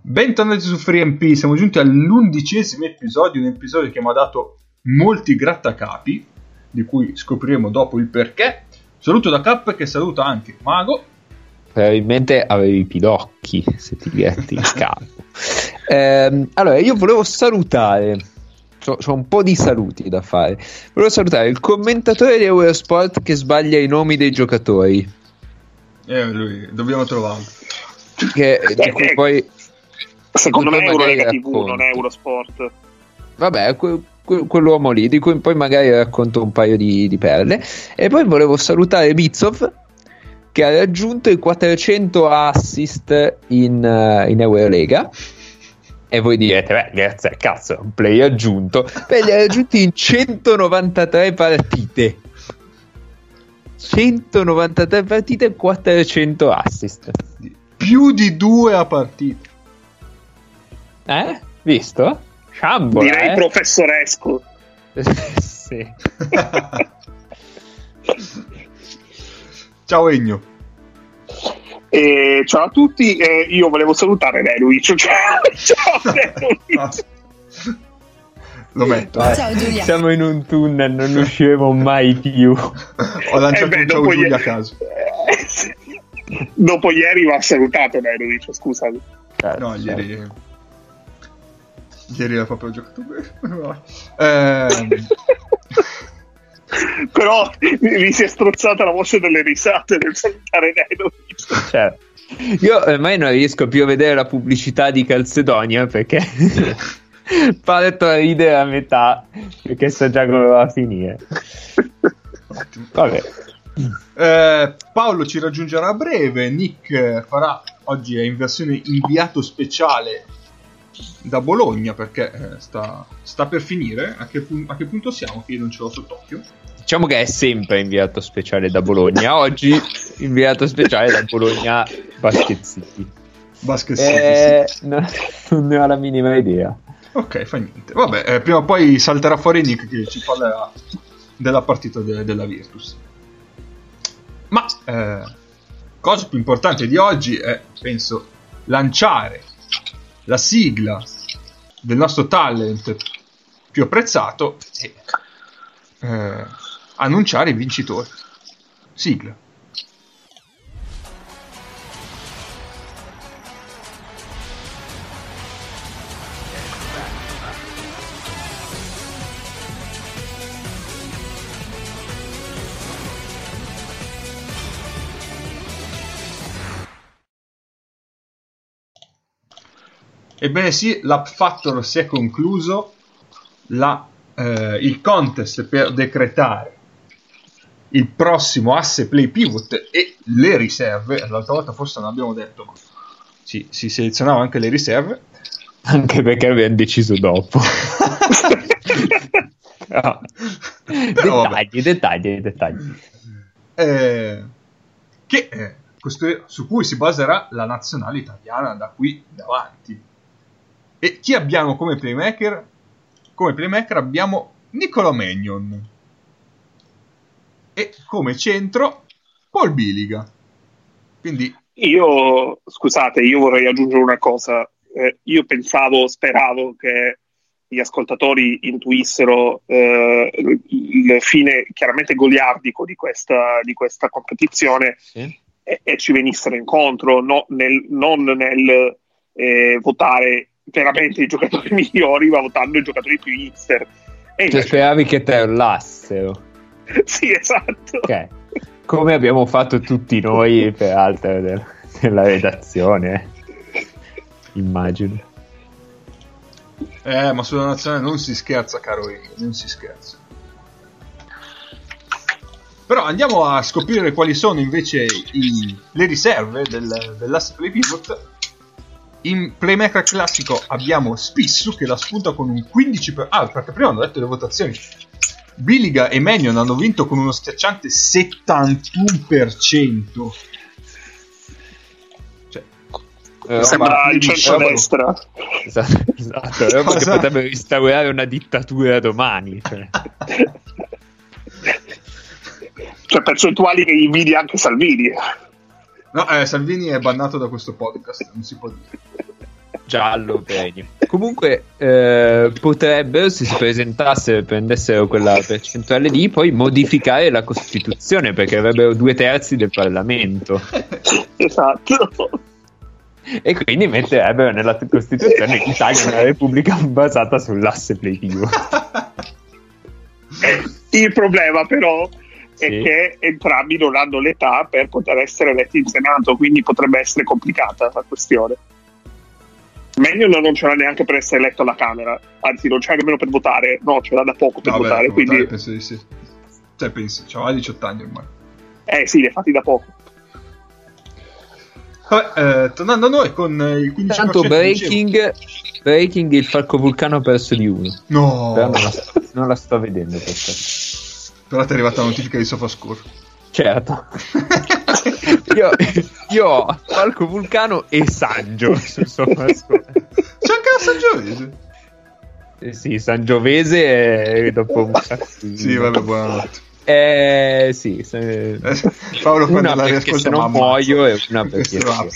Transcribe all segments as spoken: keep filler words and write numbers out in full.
Bentornati su FreeMP, siamo giunti all'undicesimo episodio, un episodio che mi ha dato molti grattacapi, di cui scopriremo dopo il perché. Saluto da K che saluta anche Mago. Probabilmente avevi i pidocchi se ti diverti in capo. eh, allora, io volevo salutare, c'ho, c'ho un po' di saluti da fare. Volevo salutare il commentatore di Eurosport che sbaglia i nomi dei giocatori. Eh, lui, dobbiamo trovarlo. Che, di cui poi... Secondo me è Eurolega T V, non è Eurosport. Vabbè, que- que- quell'uomo lì, di cui poi magari racconto un paio di, di perle. E poi volevo salutare Bizov, che ha raggiunto i quattrocento assist in, uh, in Eurolega. E voi direte, beh, grazie al cazzo, è un play aggiunto. Beh, li ha raggiunti in centonovantatré partite. centonovantatré partite e quattrocento assist. Più di due a partita. Eh? Visto? Sciambola, direi eh? professoresco. Sì. Ciao Egno. E ciao a tutti, e io volevo salutare Neluic. Ciao, ciao Neluic. Lo metto. Eh. Ciao Giulia. Siamo in un tunnel, non usciremo mai più. Ho lanciato eh beh, un ciao Giulia ieri... a caso. Eh, sì. Dopo ieri va salutato Neluic, scusami. No, ieri... Ieri ha proprio giocato bene. eh... Però mi si è strozzata la voce delle risate nel salutare Neluic. Cioè, io ormai non riesco più a vedere la pubblicità di Calcedonia perché parto a ridere a metà perché so già come va a finire. Vabbè. Eh, Paolo ci raggiungerà a breve. Nick farà oggi è in versione inviato speciale da Bologna perché eh, sta, sta per finire. A che, pu- a che punto siamo? Che io non ce l'ho sott'occhio. Diciamo che è sempre inviato speciale da Bologna. Oggi inviato speciale da Bologna Basket City. Basket City, eh, sì. no, non ne ho la minima idea. Ok, fa niente. Vabbè, eh, prima o poi salterà fuori Nick che ci parlerà della partita de- della Virtus. Ma eh, cosa più importante di oggi è, penso, lanciare la sigla del nostro talent più apprezzato e eh, annunciare i vincitori. Sigla. Ebbene sì, l'Up Factor si è concluso, la, eh, il contest per decretare il prossimo asse play pivot e le riserve, l'altra volta forse non abbiamo detto, ma sì, si selezionava anche le riserve. Anche perché abbiamo deciso dopo. No. Dettagli, dettagli, dettagli. Eh, che, eh, questo, su cui si baserà la nazionale italiana da qui davanti. E chi abbiamo come playmaker? Come playmaker abbiamo Nicolò Magnon. E come centro Paul Biliga. Quindi io, scusate, io vorrei aggiungere una cosa. Eh, io pensavo, speravo che gli ascoltatori intuissero eh, il fine chiaramente goliardico di questa, di questa competizione, sì. e, e ci venissero incontro, no, nel, non nel eh, votare veramente i giocatori migliori, ma votando i giocatori più hipster. E invece... speravi che te urlassero. Sì, esatto. Okay. Come abbiamo fatto tutti noi, peraltro, de- della redazione, immagino. Eh, ma sulla nazionale non si scherza, caro Io, non si scherza. Però andiamo a scoprire quali sono invece i, le riserve del, dell'asse play pivot. In playmaker classico abbiamo Spissu che la spunta con un quindici per cento. Ah, perché prima hanno detto le votazioni. Biliga e Magnon hanno vinto con uno schiacciante settantuno per cento. Cioè, eh, sembra il centro-destra. Esatto, esatto. È perché potrebbero instaurare una dittatura domani. Cioè, cioè percentuali che invidia anche Salvini. No, eh, Salvini è bannato da questo podcast, non si può dire. giallo premium. Comunque eh, potrebbero, se si presentassero e prendessero quella percentuale lì, poi modificare la Costituzione, perché avrebbero due terzi del Parlamento. Esatto. E quindi metterebbero nella Costituzione che l'Italia è una repubblica basata sull'asse pletivo. Il problema però è sì. che entrambi non hanno l'età per poter essere eletti in Senato, quindi potrebbe essere complicata la questione. Manuel non ce l'ha neanche per essere eletto alla Camera, anzi non c'è nemmeno per votare, no, ce l'ha da poco per no, votare, beh, quindi... votare penso di sì. Cioè pensi, c'aveva diciotto anni ormai. Eh sì, li ha fatti da poco. Vabbè, eh, tornando a noi con il quindici per cento. Tanto breaking, breaking il Falco Vulcano ha perso di uno. No, però non la, sto, non la sto vedendo questa. Però ti è arrivata la notifica di SofaScore. Certo. io, io ho Falco Vulcano e Sangio sul SofaScore. C'è anche la Sangiovese. Eh sì, Sangiovese e dopo un sacco di... Sì, vabbè, buonanotte. Eh sì, se... Paolo quando una la perché se non muoio e una perché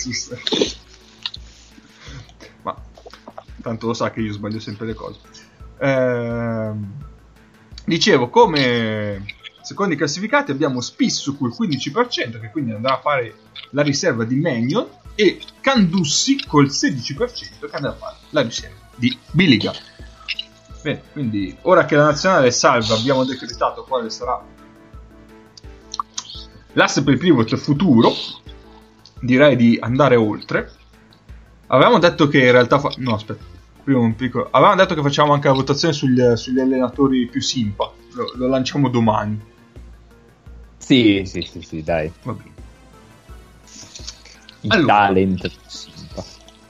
ma tanto lo sa che io sbaglio sempre le cose. Eh, dicevo, come secondi classificati abbiamo Spissu col quindici per cento, che quindi andrà a fare la riserva di Mannion, e Candussi col sedici per cento che andrà a fare la riserva di Biliga. Bene, quindi ora che la nazionale è salva, abbiamo decretato quale sarà l'asse per il pivot futuro. Direi di andare oltre. Avevamo detto che in realtà fa... no aspetta, prima un piccolo. Avevamo detto che facciamo anche la votazione sugli, sugli allenatori più simpa. Lo, lo lanciamo domani. Sì, sì, sì, sì, dai. Va bene. Il allora, talent più simpa.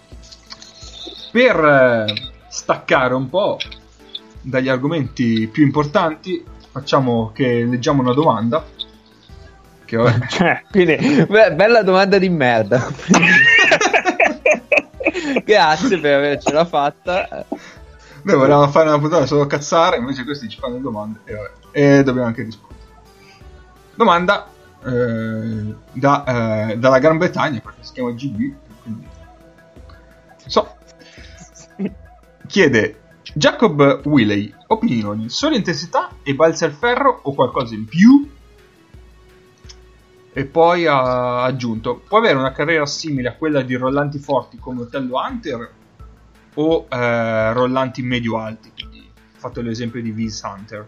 Per eh, staccare un po' dagli argomenti più importanti, facciamo che leggiamo una domanda. Che cioè, quindi, beh, bella domanda di merda. Grazie per avercela fatta. Noi volevamo fare una puntata solo cazzare, invece questi ci fanno domande e, vabbè, e dobbiamo anche rispondere. Domanda eh, da, eh, dalla Gran Bretagna, perché si chiama G B, quindi so. Chiede Jacob Willey, opinioni, solo intensità e balza al ferro o qualcosa in più? E poi ha aggiunto, può avere una carriera simile a quella di rollanti forti come Otello Hunter o eh, rollanti medio-alti, quindi ho fatto l'esempio di Vince Hunter.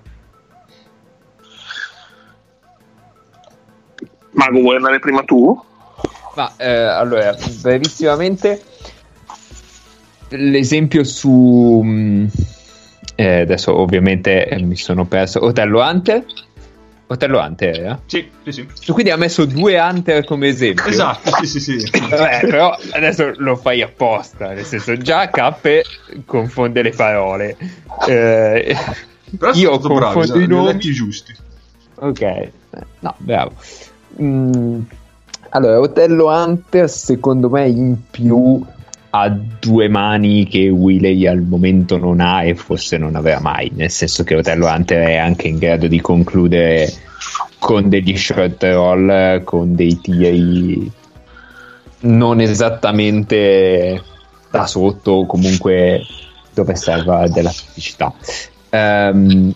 Mago, vuoi andare prima tu? Ma eh, allora, brevissimamente l'esempio su mh, eh, adesso ovviamente eh, mi sono perso. Otello Hunter Otello Hunter, eh? Sì, sì, sì. Quindi ha messo due Hunter come esempio. Esatto, sì, sì, sì. Vabbè, però adesso lo fai apposta, nel senso già K confonde le parole. Eh, però io confondo bravi, i nomi. letti giusti. Ok, no, bravo. Mm, allora, Otello Hunter secondo me in più ha due mani che Willey al momento non ha e forse non avrà mai, nel senso che Otello Hunter è anche in grado di concludere con degli short roll, con dei tiri non esattamente da sotto, comunque dove serva della fisicità. Um,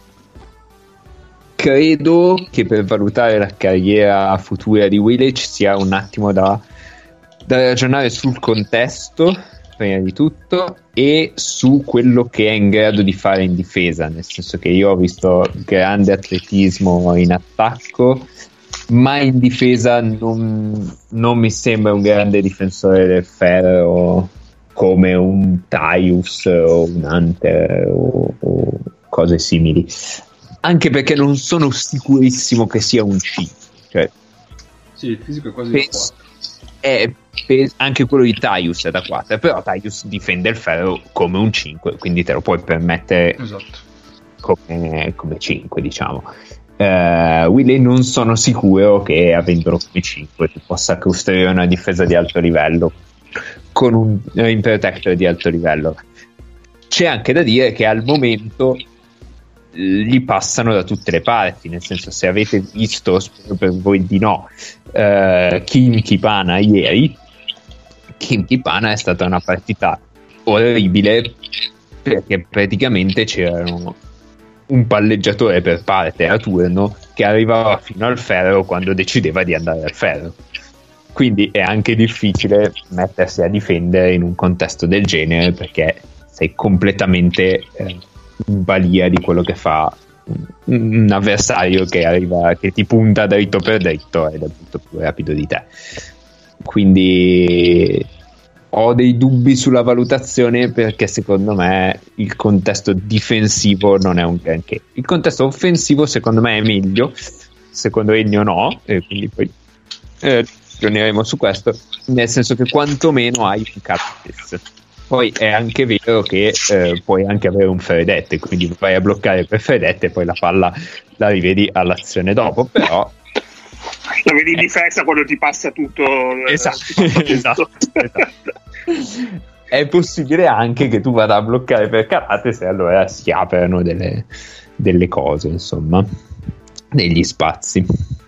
credo che per valutare la carriera futura di Willey ci sia un attimo da da ragionare sul contesto prima di tutto e su quello che è in grado di fare in difesa, nel senso che io ho visto grande atletismo in attacco, ma in difesa non, non mi sembra un grande difensore del ferro come un Tyus o un Hunter o, o cose simili, anche perché non sono sicurissimo che sia un cinque, cioè, sì, il fisico è quasi penso, è anche quello di Tyus è da quattro, però Tyus difende il ferro come un cinque, quindi te lo puoi permettere, esatto, come, come cinque, diciamo. uh, Willey non sono sicuro che avendolo come cinque tu possa costruire una difesa di alto livello con un rim protector di alto livello. C'è anche da dire che al momento gli passano da tutte le parti, nel senso, se avete visto, spero per voi di no, uh, Kim Kipana ieri, Kimchi Pana è stata una partita orribile, perché praticamente c'erano un palleggiatore per parte a turno che arrivava fino al ferro quando decideva di andare al ferro. Quindi è anche difficile mettersi a difendere in un contesto del genere, perché sei completamente eh, in balia di quello che fa un, un avversario che arriva, che ti punta dritto per dritto ed è molto più rapido di te. Quindi ho dei dubbi sulla valutazione, perché secondo me il contesto difensivo non è un granché. Il contesto offensivo secondo me è meglio, secondo Ennio no, e quindi poi eh, ragioneremo su questo, nel senso che quantomeno hai un Calates. Poi è anche vero che eh, puoi anche avere un Fredette, quindi vai a bloccare per Fredette e poi la palla la rivedi all'azione dopo, però la vedi in difesa quando ti passa tutto. Esatto, ti passa tutto. esatto, esatto. È possibile anche che tu vada a bloccare per Calates e allora si aprono delle, delle cose, insomma, degli spazi.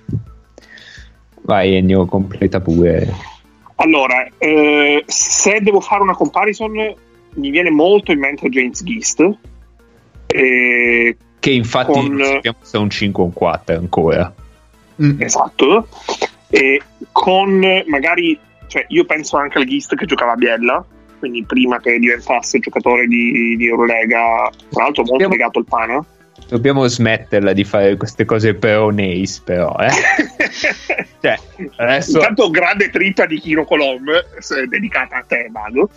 Vai Ennio, completa pure. Allora, eh, se devo fare una comparison, mi viene molto in mente James Gist, eh, che infatti con... non sappiamo se è un cinque o un quattro ancora. Mm. Esatto, e con magari, cioè io penso anche al Gist che giocava a Biella, quindi prima che diventasse giocatore di, di Eurolega, tra l'altro molto Dobbiamo... legato al Pana. Dobbiamo smetterla di fare queste cose pro Neis, però, eh. Cioè, adesso... Intanto grande trippa di Kino Colom, dedicata a te, Mago.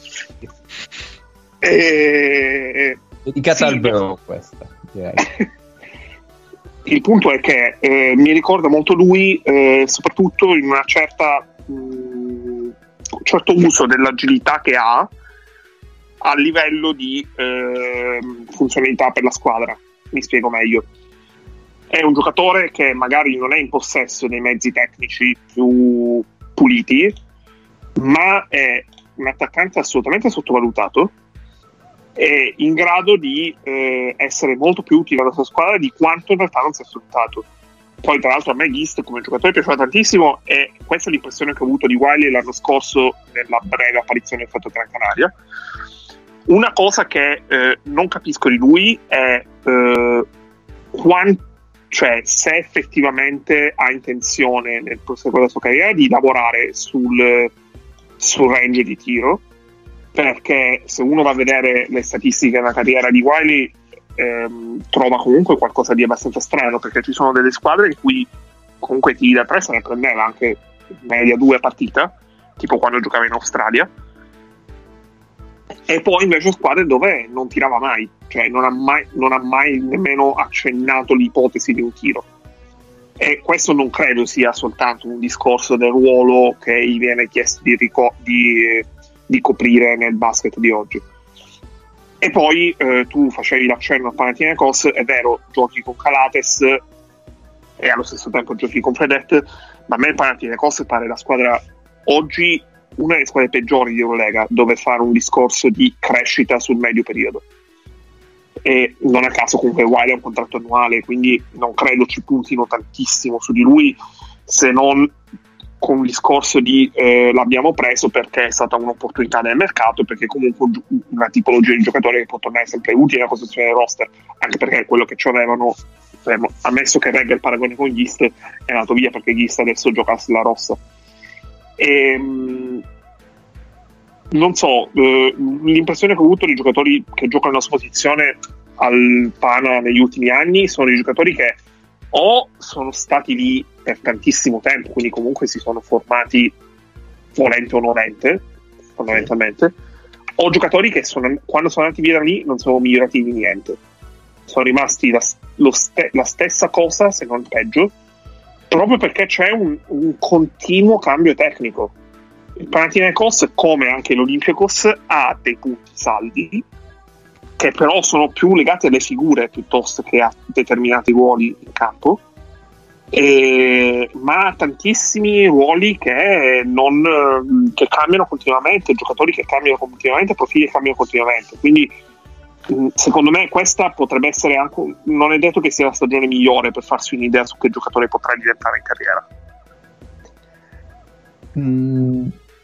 E... Dedicata sì, al bro, questa. Direi. Il punto è che eh, mi ricorda molto lui, eh, soprattutto in una certa mh, un certo uso dell'agilità che ha a livello di eh, funzionalità per la squadra. Mi spiego meglio. È un giocatore che magari non è in possesso dei mezzi tecnici più puliti, ma è un attaccante assolutamente sottovalutato, è in grado di eh, essere molto più utile alla sua squadra di quanto in realtà non sia sfruttato. Poi tra l'altro a me Gist come giocatore piaceva tantissimo, e questa è l'impressione che ho avuto di Wiley l'anno scorso nella breve apparizione del fatto Gran Canaria. Una cosa che eh, non capisco di lui è eh, quanto, cioè se effettivamente ha intenzione nel proseguo della sua carriera di lavorare sul, sul range di tiro, perché se uno va a vedere le statistiche della carriera di Wiley ehm, trova comunque qualcosa di abbastanza strano, perché ci sono delle squadre in cui comunque tiri da tre se ne prendeva anche media due a partita, tipo quando giocava in Australia, e poi invece squadre dove non tirava mai, cioè non ha mai, non ha mai nemmeno accennato l'ipotesi di un tiro. E questo non credo sia soltanto un discorso del ruolo che gli viene chiesto di, rico- di, di coprire nel basket di oggi. E poi eh, tu facevi l'accenno al Panathinaikos, è vero, giochi con Calates e allo stesso tempo giochi con Fredette, ma a me il Panathinaikos pare la squadra oggi una delle squadre peggiori di Eurolega, dove fare un discorso di crescita sul medio periodo. E non a caso comunque Wiley ha un contratto annuale, quindi non credo ci puntino tantissimo su di lui, se non con un discorso di eh, l'abbiamo preso perché è stata un'opportunità nel mercato, perché comunque una tipologia di giocatore che può tornare sempre utile nella costruzione del roster, anche perché quello che ci avevano, cioè, ammesso che regga il paragone con Gist, è andato via perché Gist adesso giocasse la rossa. E, non so, eh, l'impressione che ho avuto dei giocatori che giocano la sua posizione al Pana negli ultimi anni sono i giocatori che o sono stati lì per tantissimo tempo, quindi comunque si sono formati volente o nolente fondamentalmente, o giocatori che sono, quando sono andati via da lì non sono migliorati di niente, sono rimasti la, lo ste- la stessa cosa, se non peggio, proprio perché c'è un, un continuo cambio tecnico. Il Panathinaikos, come anche l'Olympiakos, ha dei punti saldi che però sono più legati alle figure piuttosto che a determinati ruoli in campo, e, ma ha tantissimi ruoli che, non, che cambiano continuamente, giocatori che cambiano continuamente, profili che cambiano continuamente, quindi secondo me questa potrebbe essere anche un, non è detto che sia la stagione migliore per farsi un'idea su che giocatore potrà diventare in carriera. Mm,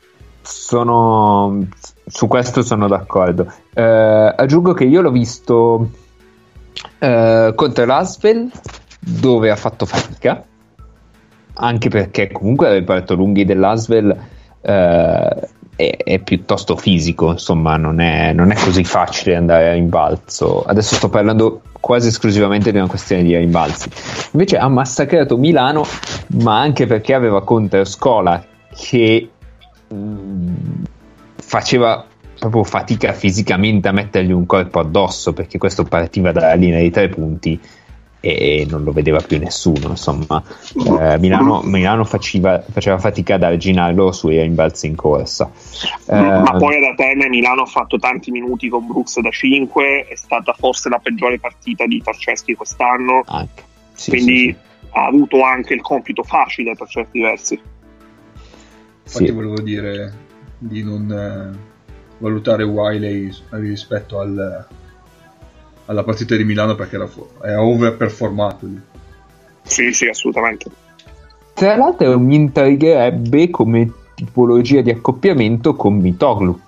sono su questo sono d'accordo. Eh, aggiungo che io l'ho visto eh, contro l'Asvel, dove ha fatto fatica, anche perché comunque i reparto lunghi dell'Asvel eh, è, è piuttosto fisico, insomma non è, non è così facile andare a rimbalzo. Adesso sto parlando quasi esclusivamente di una questione di rimbalzi. Invece ha massacrato Milano, ma anche perché aveva contro Scola che mh, faceva proprio fatica fisicamente a mettergli un corpo addosso, perché questo partiva dalla linea dei tre punti e non lo vedeva più nessuno, insomma. eh, Milano, Milano faceva, faceva fatica ad arginarlo sui rimbalzi in corsa. eh, ma poi ad Atene Milano ha fatto tanti minuti con Brooks da cinque, è stata forse la peggiore partita di Torceschi quest'anno, anche. Sì, quindi sì, sì. ha avuto anche il compito facile per certi versi. Infatti Sì. volevo dire di non eh, valutare Wiley rispetto al alla partita di Milano, perché era fu- è overperformato lì. Sì, sì, assolutamente. Tra l'altro mi intrigherebbe come tipologia di accoppiamento con Mitoglu,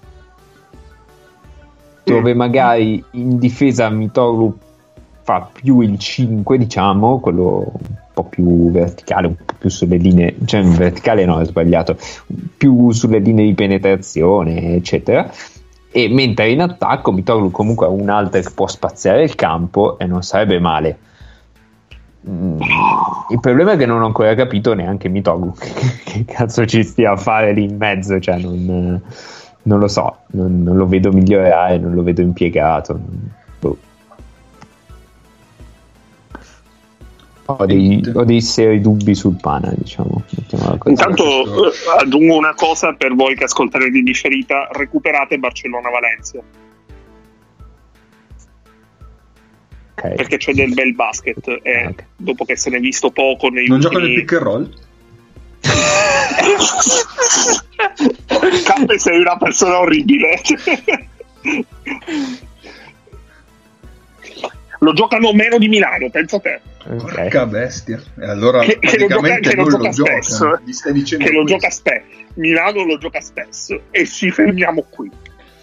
dove magari in difesa Mitoglu fa più il cinque, diciamo, quello un po' più verticale, un po' più sulle linee, cioè verticale no, è sbagliato, più sulle linee di penetrazione, eccetera. E mentre in attacco Mitoglu comunque ha un alter che può spaziare il campo e non sarebbe male. Mm, il problema è che non ho ancora capito neanche Mitoglu che, che cazzo ci stia a fare lì in mezzo, cioè non, non lo so, non, non lo vedo migliorare, non lo vedo impiegato. Boh. Ho dei, ho dei seri dubbi sul Pana, diciamo. Intanto eh, aggiungo una cosa per voi che ascolterete in differita: recuperate Barcellona-Valencia, okay, perché c'è del bel basket e okay, dopo che se ne è visto poco nei non ultimi... gioca nel pick and roll? Cappe, sei una persona orribile. Lo giocano meno di Milano, pensa te. okay. Porca bestia. E allora che, che lo gioca, che non lo lo gioca giocano. spesso, Gli stai dicendo che lo questo. gioca spesso. Milano lo gioca spesso e ci fermiamo qui.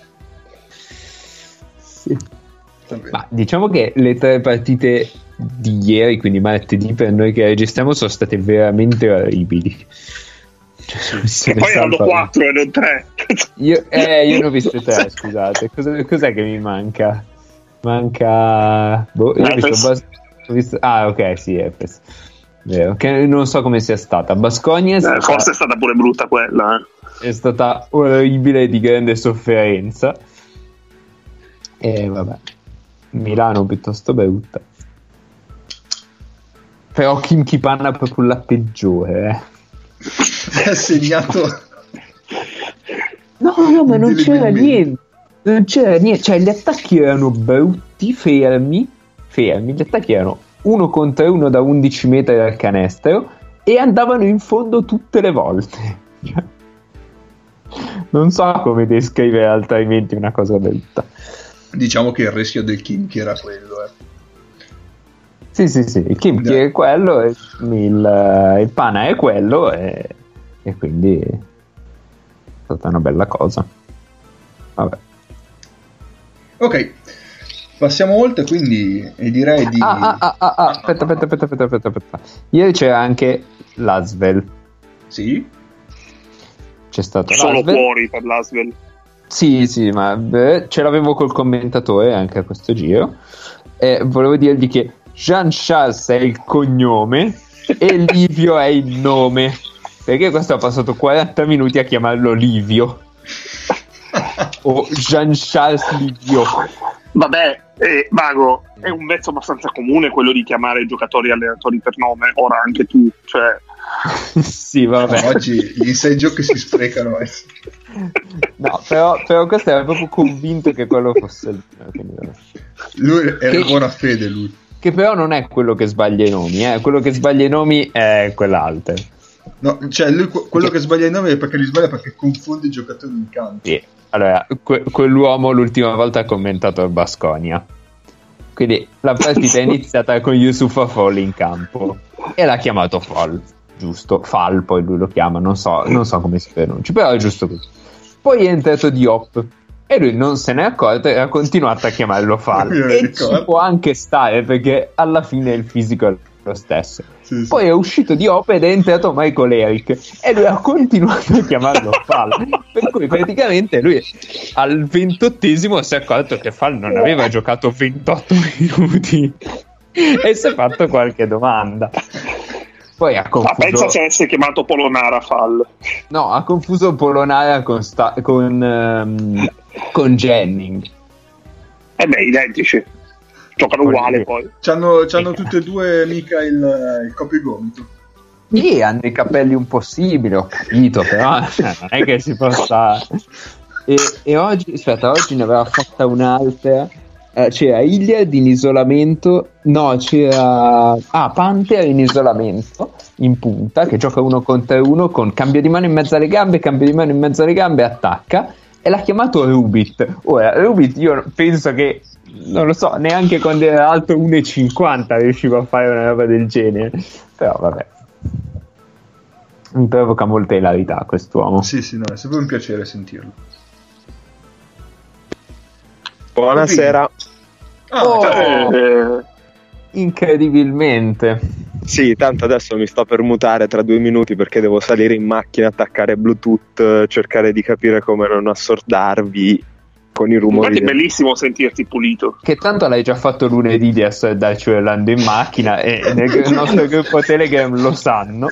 Sì. Ma diciamo che le tre partite di ieri, quindi martedì, per noi che registriamo, sono state veramente orribili. E poi erano quattro e non tre. Io, eh, io ne ho viste tre, scusate. Cos'è, cos'è che mi manca? Manca... Boh, io ho visto, Bas- ho visto... Ah, ok, sì, Efes. Vero, che non so come sia stata. Basconia è stata... Eh, forse è stata pure brutta quella, eh. È stata orribile, di grande sofferenza. E vabbè, Milano piuttosto brutta. Però Kim Kipan è proprio la peggiore, eh. Ha segnato. No, no, ma non c'era niente. Non c'era niente. Cioè, gli attacchi erano brutti, fermi. Fermi. Gli attacchi erano uno contro uno da undici metri dal canestro e andavano in fondo tutte le volte. Non so come descrivere altrimenti una cosa brutta. Diciamo che il rischio del Kimchi era quello, eh. Sì, sì, sì, il Kimchi Yeah. è quello, e il, il Pana è quello, e, e quindi è stata una bella cosa. Vabbè. Ok, passiamo oltre, quindi e direi di... Ah, ah, ah, ah, ah, aspetta, aspetta, aspetta, aspetta, aspetta, aspetta. Ieri c'era anche l'Asvel. Sì? C'è stato Solo l'Asvel. fuori per l'Asvel. Sì, sì, ma beh, ce l'avevo col commentatore anche a questo giro. E volevo dirgli che Jean Charles è il cognome e Livio è il nome. Perché questo ha passato quaranta minuti a chiamarlo Livio. O Jean Charles Livio. Vabbè, eh, Mago, è un vezzo abbastanza comune quello di chiamare i giocatori e allenatori per nome, ora anche tu, cioè... Sì, vabbè. No, oggi gli inside joke si sprecano. Eh. No, però, però questo era proprio convinto che quello fosse il... Quindi, Lui era che... in buona fede, lui. Che però non è quello che sbaglia i nomi, eh. Quello che sbaglia i nomi è quell'altro. No, cioè lui quello che sbaglia i nomi è perché li sbaglia perché confonde i giocatori in campo. Sì. Allora, que- quell'uomo l'ultima volta ha commentato il Baskonia. Quindi la partita è iniziata con Yusufa Fall in campo e l'ha chiamato Fall, giusto? Fall, poi lui lo chiama, non so, non so come si pronuncia, però è giusto così. Poi è entrato Diop e lui non se n'è accorto e ha continuato a chiamarlo Fall. E ci può anche stare, perché alla fine il fisico è lo stesso. Sì, sì. Poi è uscito Diop ed è entrato Michael Eric e lui ha continuato a chiamarlo Fall. Per cui praticamente lui al ventottesimo si è accorto che Fall non aveva giocato ventotto minuti e si è fatto qualche domanda. Poi ha confuso... Ma pensa se avesse chiamato Polonara Fall. No, ha confuso Polonara con, sta... con, um, con Jennings. Eh beh, identici. Giocano poi uguale poi. C'hanno, c'hanno tutti e due mica il, il copigomito. Sì, hanno i capelli un po' simili, ho capito, però non è che si possa... E, e oggi, aspetta, oggi ne aveva fatta un'altra... Uh, c'era Iliad in isolamento, no, c'era ah, Panther in isolamento in punta che gioca uno contro uno con cambio di mano in mezzo alle gambe, cambio di mano in mezzo alle gambe, attacca e l'ha chiamato Rubit. Ora, Rubit io penso che, non lo so, neanche quando era alto uno e cinquanta riusciva a fare una roba del genere, però vabbè, mi provoca molta ilarità quest'uomo. Sì, sì, no, è sempre un piacere sentirlo. Buonasera. Ah, oh, eh, incredibilmente. Sì, tanto adesso mi sto per mutare tra due minuti perché devo salire in macchina, attaccare Bluetooth, cercare di capire come non assordarvi con i rumori. Infatti è bellissimo sentirti pulito. Che tanto l'hai già fatto lunedì di assordarci andando in macchina e nel nostro gruppo Telegram lo sanno.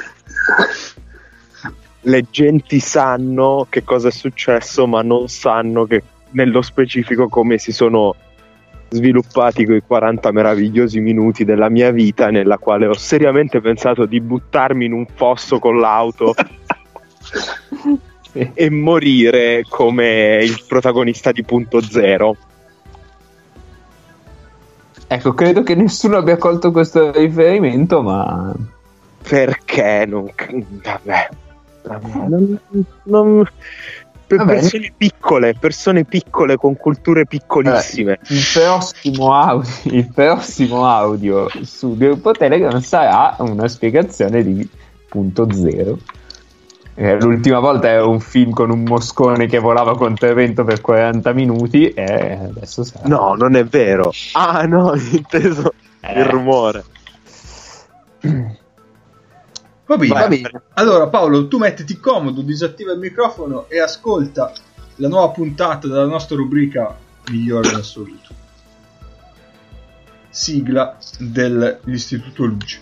Le genti sanno che cosa è successo, ma non sanno che nello specifico come si sono sviluppati quei quaranta meravigliosi minuti della mia vita nella quale ho seriamente pensato di buttarmi in un fosso con l'auto sì. e morire come il protagonista di Punto Zero. Ecco, credo che nessuno abbia colto questo riferimento, ma perché non... vabbè, vabbè non... non... per Vabbè. persone piccole, persone piccole con culture piccolissime. Vabbè, il prossimo audio, il prossimo audio su Gruppo Telegram sarà una spiegazione di Punto Zero. Eh, l'ultima volta era un film con un moscone che volava contro il vento per quaranta minuti e adesso sarà... No, non è vero. Ah no, inteso eh. il rumore. Va bene. Va bene. Allora Paolo, tu mettiti comodo, disattiva il microfono e ascolta la nuova puntata della nostra rubrica Migliore in assoluto. Sigla dell'Istituto Luce.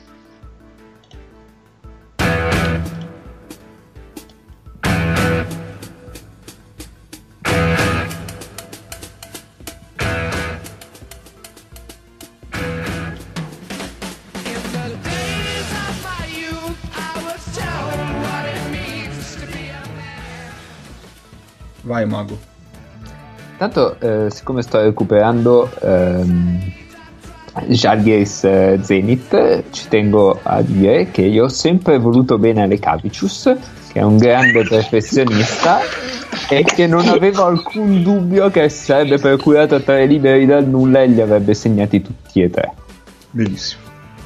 Vai Mago. Tanto eh, siccome sto recuperando ehm, Žalgiris eh, Zenit, ci tengo a dire che io ho sempre voluto bene a Lekavicius, che è un grande perfezionista e che non avevo alcun dubbio che si sarebbe procurato tre liberi dal nulla e li avrebbe segnati tutti e tre. Benissimo.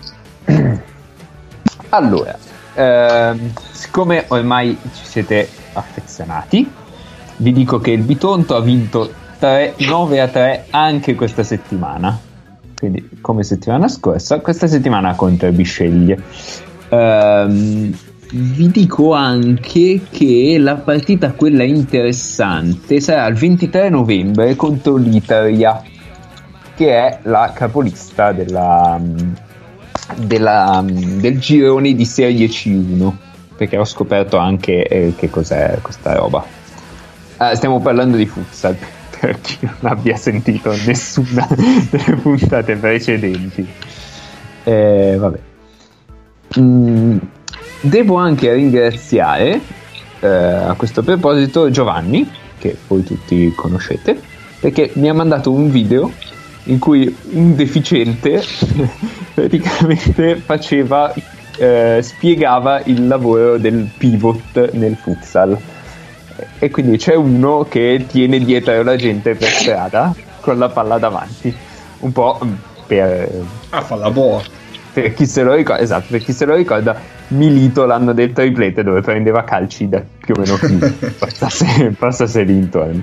Allora, ehm, siccome ormai ci siete affezionati, vi dico che il Bitonto ha vinto nove a tre anche questa settimana, quindi come settimana scorsa, questa settimana contro il Bisceglie. Um, vi dico anche che la partita, quella interessante, sarà il ventitré novembre contro l'Italia, che è la capolista della, della, del girone di Serie C uno, perché ho scoperto anche eh, che cos'è questa roba. Uh, stiamo parlando di futsal, per chi non abbia sentito nessuna delle puntate precedenti. Eh, vabbè. Mm, devo anche ringraziare eh, a questo proposito Giovanni, che voi tutti conoscete, perché mi ha mandato un video in cui un deficiente praticamente faceva, eh, spiegava il lavoro del pivot nel futsal. E quindi c'è uno che tiene dietro la gente per strada con la palla davanti, un po' per ah, fa la boa. Per chi se lo ricorda, esatto, per chi se lo ricorda, Milito l'anno del triplete, dove prendeva calci da più o meno chiunque passasse, passasse lì intorno.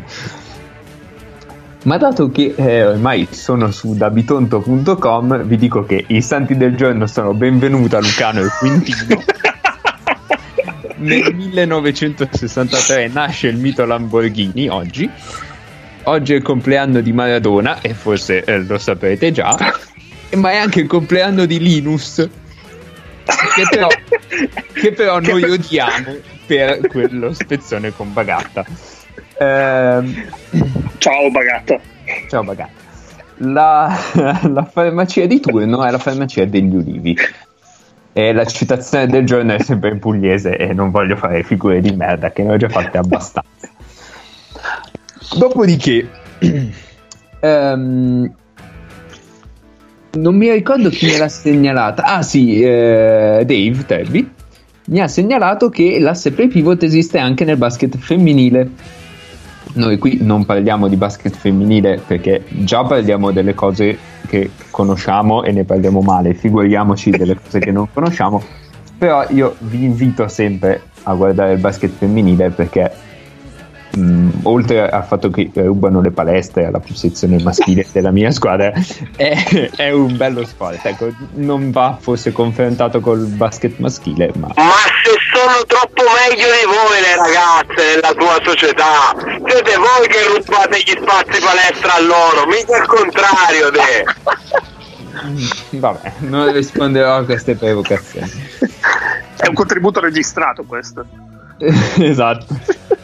Ma dato che eh, ormai sono su dabitonto punto com, vi dico che i santi del giorno sono Benvenuta, Lucano e Quintino. Nel millenovecentosessantatré nasce il mito Lamborghini. Oggi Oggi è il compleanno di Maradona, e forse eh, lo saprete già, ma è anche il compleanno di Linus, che però, che però noi odiamo per quello spezzone con Bagatta. Eh, Ciao Bagatta. Ciao Bagatta. La, la farmacia di turno è la farmacia degli Ulivi. E la citazione del giorno è sempre in pugliese, e non voglio fare figure di merda, che ne ho già fatte abbastanza. Dopodiché um, non mi ricordo chi me l'ha segnalata. Ah sì, eh, Dave Terby mi ha segnalato che l'asse play pivot esiste anche nel basket femminile. Noi qui non parliamo di basket femminile perché già parliamo delle cose che conosciamo e ne parliamo male, figuriamoci delle cose che non conosciamo. Però io vi invito sempre a guardare il basket femminile, perché mh, oltre al fatto che rubano le palestre alla sezione maschile della mia squadra, è, è un bello sport. Ecco, non va forse confrontato col basket maschile, ma... ma se sono troppo meglio di voi le ragazze nella tua società, siete voi che rubate gli spazi palestra a loro, mica il contrario te. Vabbè, non risponderò a queste provocazioni. È un contributo registrato questo. Esatto.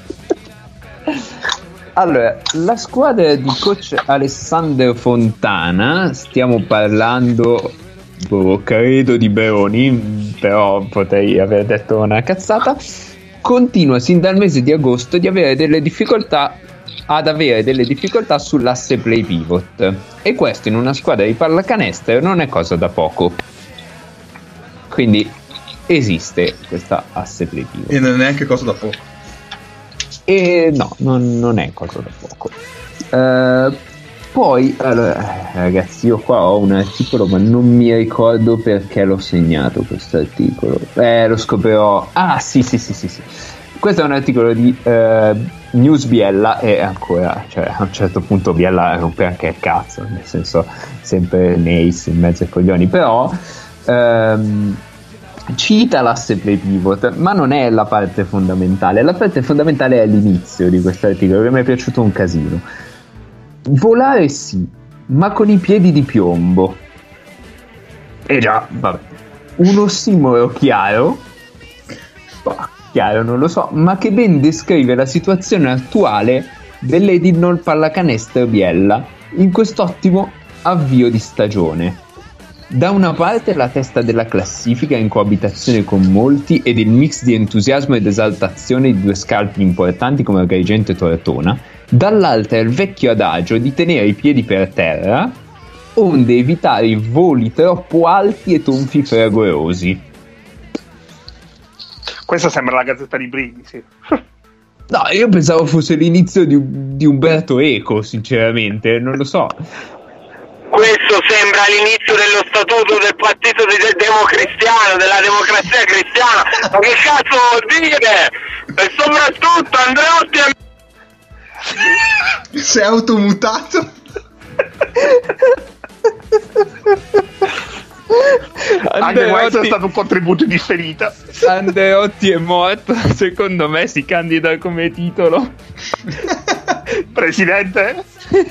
Allora, la squadra di coach Alessandro Fontana, stiamo parlando, boh, credo di Beroni, però potrei aver detto una cazzata, continua sin dal mese di agosto di avere delle difficoltà ad avere delle difficoltà sull'asse play pivot, e questo in una squadra di pallacanestro non è cosa da poco. Quindi esiste questa asse play pivot e non è neanche cosa da poco. E no, non, non è cosa da poco. Uh, poi allora, ragazzi, io qua ho un articolo, ma non mi ricordo perché l'ho segnato questo articolo. Eh, lo scoprirò. Ah, sì, sì, sì, sì, sì. Questo è un articolo di uh, News Biella, e ancora, cioè, a un certo punto Biella rompe anche il cazzo, nel senso, sempre Nace in mezzo ai coglioni, però um, cita l'asse play pivot, ma non è la parte fondamentale. La parte fondamentale è l'inizio di questo articolo, che mi è piaciuto un casino. Volare sì, ma con i piedi di piombo. E già, vabbè, un ossimoro chiaro, bah, chiaro non lo so, ma che ben descrive la situazione attuale dell'Edinol Pallacanestro Biella in quest'ottimo avvio di stagione. Da una parte la testa della classifica in coabitazione con molti ed il mix di entusiasmo ed esaltazione di due scalpi importanti come Agrigento e Tortona, dall'altra il vecchio adagio di tenere i piedi per terra onde evitare i voli troppo alti e tonfi fragorosi. Questa sembra la Gazzetta di Brindisi. No, io pensavo fosse l'inizio di, di Umberto Eco, sinceramente, non lo so. Questo sembra l'inizio dello statuto del partito de- democristiano, della democrazia cristiana. Ma che cazzo vuol dire? E soprattutto Andreotti è... Si è automutato. Anche questo è stato un contributo in differita. Andreotti è morto, secondo me si candida come titolo. Presidente?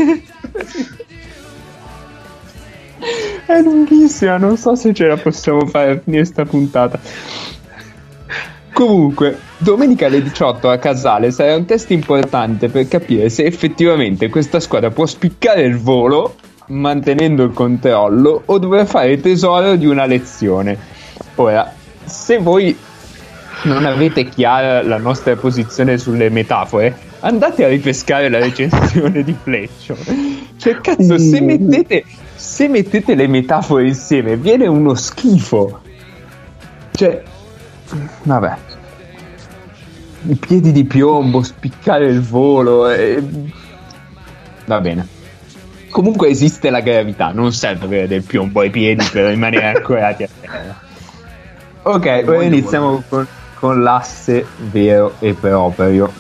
È lunghissima, non so se ce la possiamo fare a finire sta puntata. Comunque, domenica alle diciotto a Casale sarà un test importante per capire se effettivamente questa squadra può spiccare il volo mantenendo il controllo o dovrà fare tesoro di una lezione. Ora, se voi non avete chiara la nostra posizione sulle metafore, andate a ripescare la recensione di Fleccio. Cioè, cazzo, se mettete se mettete le metafore insieme viene uno schifo. Cioè, vabbè, i piedi di piombo, spiccare il volo, e... va bene. Comunque esiste la gravità, non serve avere del piombo ai piedi per rimanere ancorati a terra. Ok, ora iniziamo con, con l'asse vero e proprio.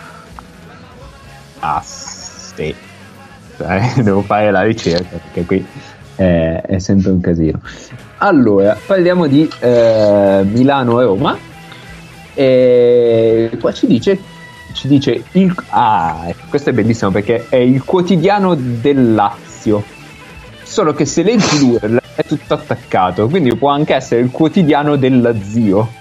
Asse. Eh, devo fare la ricerca perché qui eh, è sempre un casino. Allora, parliamo di eh, Milano e Roma. E qua ci dice, ci dice il, ah, questo è bellissimo perché è il quotidiano del Lazio. Solo che se leggi l'U R L è tutto attaccato, quindi può anche essere il quotidiano del Lazio.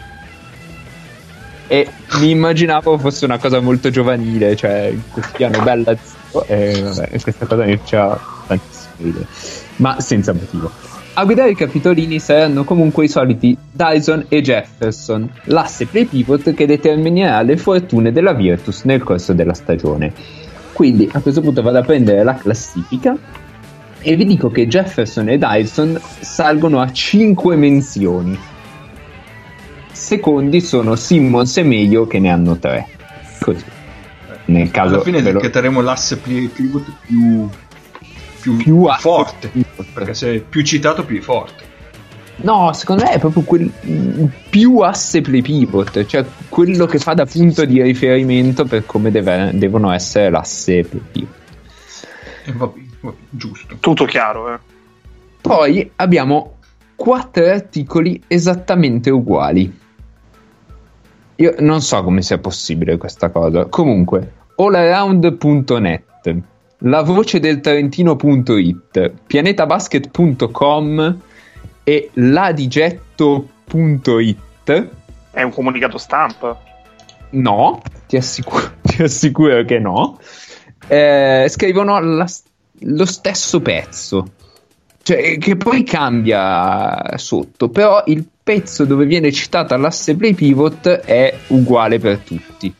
E mi immaginavo fosse una cosa molto giovanile, cioè il quotidiano del Lazio, e vabbè, questa cosa mi faceva tantissimo ridere, ma senza motivo. A guidare i capitolini saranno comunque i soliti Dyson e Jefferson, l'asse play pivot che determinerà le fortune della Virtus nel corso della stagione. Quindi a questo punto vado a prendere la classifica e vi dico che Jefferson e Dyson salgono a cinque menzioni. Secondi sono Simmons e Meglio che ne hanno tre. Così. Nel caso alla fine lo... getteremo l'asse play pivot più più, più forte, perché se è più citato più forte. No, secondo me è proprio quel più asse play pivot, cioè quello che fa da punto di riferimento per come deve, devono essere l'asse play pivot. E va bene, va bene, giusto. Tutto chiaro, eh. Poi abbiamo quattro articoli esattamente uguali. Io non so come sia possibile questa cosa. Comunque, allaround punto net, La Voce del Trentino punto it, pianetabasket punto com e ladigetto punto it. È un comunicato stampa? No, ti assicuro, ti assicuro che no. Eh, scrivono la, lo stesso pezzo, cioè che poi cambia sotto, però il pezzo dove viene citata l'asse play pivot è uguale per tutti.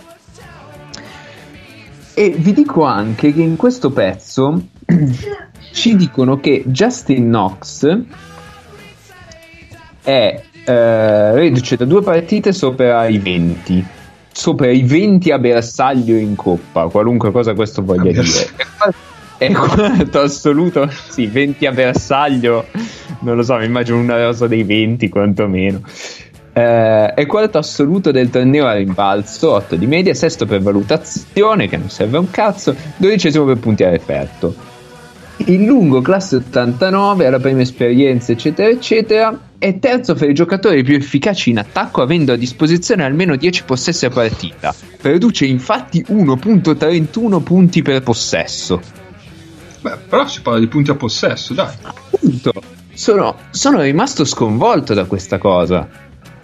E vi dico anche che in questo pezzo ci dicono che Justin Knox è eh, reduce da due partite sopra i venti, sopra i venti a bersaglio in coppa, qualunque cosa questo voglia dire. È quarto assoluto, sì, venti a bersaglio, non lo so, mi immagino una rosa dei venti quantomeno. Eh, è quarto assoluto del torneo a rimbalzo, otto di media, sesto per valutazione, che non serve a un cazzo, dodicesimo per punti a referto. Il lungo, classe ottantanove, alla prima esperienza, eccetera, eccetera, è terzo per i giocatori più efficaci in attacco, avendo a disposizione almeno dieci possessi a partita. Produce infatti uno virgola trentuno punti per possesso. Beh, però si parla di punti a possesso, dai. Appunto, sono, sono rimasto sconvolto da questa cosa.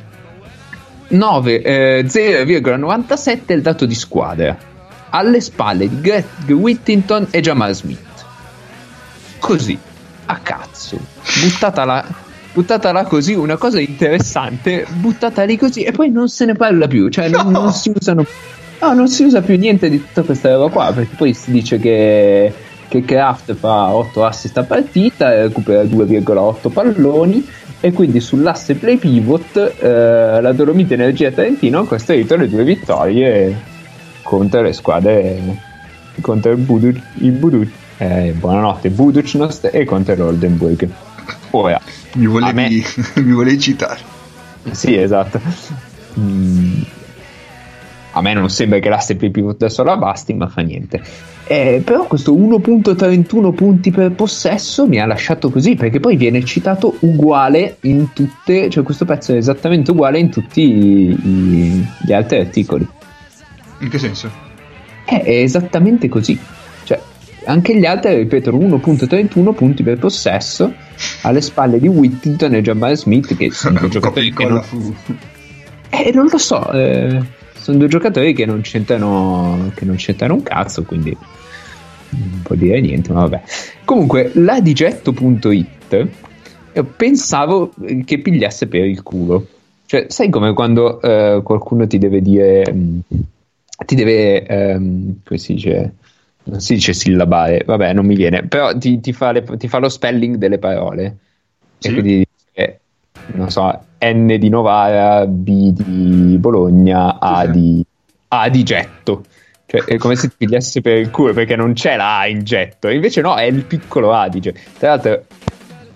nove, eh, zero virgola novantasette è il dato di squadra, alle spalle di Greg Whittington e Jamal Smith. Così, a cazzo, buttata là, buttata là così, una cosa interessante, buttata lì così e poi non se ne parla più, cioè non, no. non si usano, no, non si usa più niente di tutta questa roba qua, perché poi si dice che che Kraft fa otto assist a partita e recupera due virgola otto palloni, e quindi sull'asse play pivot eh, la Dolomite Energia Trentino ha costruito le due vittorie contro le squadre, contro il Buduc, il Buduc eh, buonanotte Buducnost, e contro l'Oldenburg. Ora mi volevi, me... mi volevi citare. Sì, esatto. mm. A me non sembra che l'asse play pivot da sola basti, ma fa niente. Eh, però questo uno virgola trentuno punti per possesso mi ha lasciato così, perché poi viene citato uguale in tutte, cioè questo pezzo è esattamente uguale in tutti i, i, gli altri articoli. In che senso? Eh, è esattamente così, cioè anche gli altri ripetono uno virgola trentuno punti per possesso alle spalle di Whittington e Jamal Smith, che sono due giocatori che non... eh, non lo so, eh, sono due giocatori che non c'entrano, che non c'entrano un cazzo, quindi non può dire niente, ma vabbè. Comunque ladigetto punto it io pensavo che pigliasse per il culo, cioè sai come quando eh, qualcuno ti deve dire mh, ti deve ehm, come si dice, non si dice sillabare, vabbè non mi viene, però ti, ti, fa, le, ti fa lo spelling delle parole, sì. E quindi eh, non so, N di Novara, B di Bologna, A sì. di A di getto. Cioè, è come se ti pigliasse per il culo, perché non c'è la A in getto, invece no, è il piccolo Adige. Tra l'altro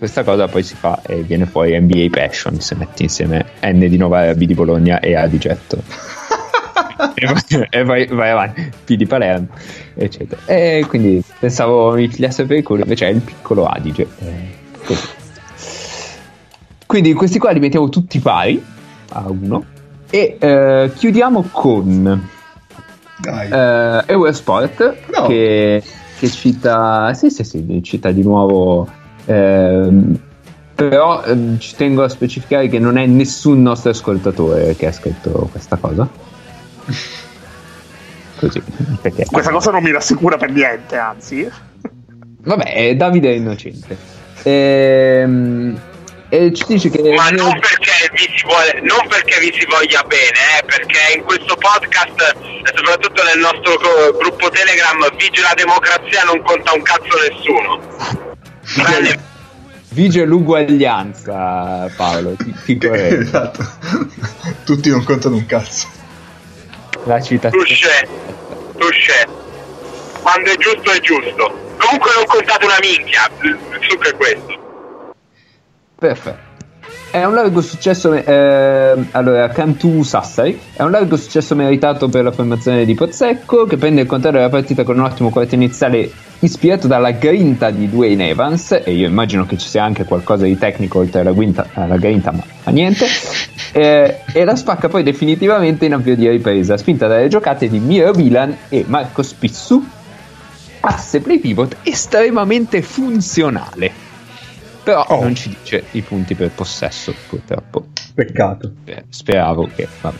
questa cosa poi si fa e viene fuori N B A Passion se metti insieme N di Novara, B di Bologna e A di Getto. e vai, e vai, vai avanti, P di Palermo, eccetera. E quindi pensavo mi pigliasse per il culo, invece è il piccolo Adige. Eh, così. Quindi questi qua li mettiamo tutti pari a uno e eh, chiudiamo con eh, Eurosport no. che, che cita sì sì sì cita di nuovo ehm, però ehm, ci tengo a specificare che non è nessun nostro ascoltatore che ha scritto questa cosa. Così, perché questa cosa non mi rassicura per niente, anzi. Vabbè, Davide è innocente. Ehm, e ci dice che ma non perché vi si vuole, non perché vi si voglia bene, eh, perché in questo podcast e soprattutto nel nostro gruppo Telegram vige la democrazia, non conta un cazzo nessuno. Tranne... vige l'uguaglianza, Paolo, ti, ti correggo. Esatto. Tutti non contano un cazzo. La citazione. Tusce, tusce. Quando è giusto è giusto. Comunque non contate una minchia, il succo è questo. Perfetto. È un largo successo eh, allora Cantù Sassari è un largo successo meritato per la formazione di Pozzecco, che prende il controllo della partita con un ottimo quarto iniziale ispirato dalla grinta di Dwayne Evans, e io immagino che ci sia anche qualcosa di tecnico oltre alla grinta, alla grinta ma, ma niente, eh, e la spacca poi definitivamente in avvio di ripresa, spinta dalle giocate di Miro Bilan e Marco Spissu, asse play pivot estremamente funzionale. Però oh. non ci dice i punti per possesso, purtroppo. Peccato. Beh, speravo che... Vabbè.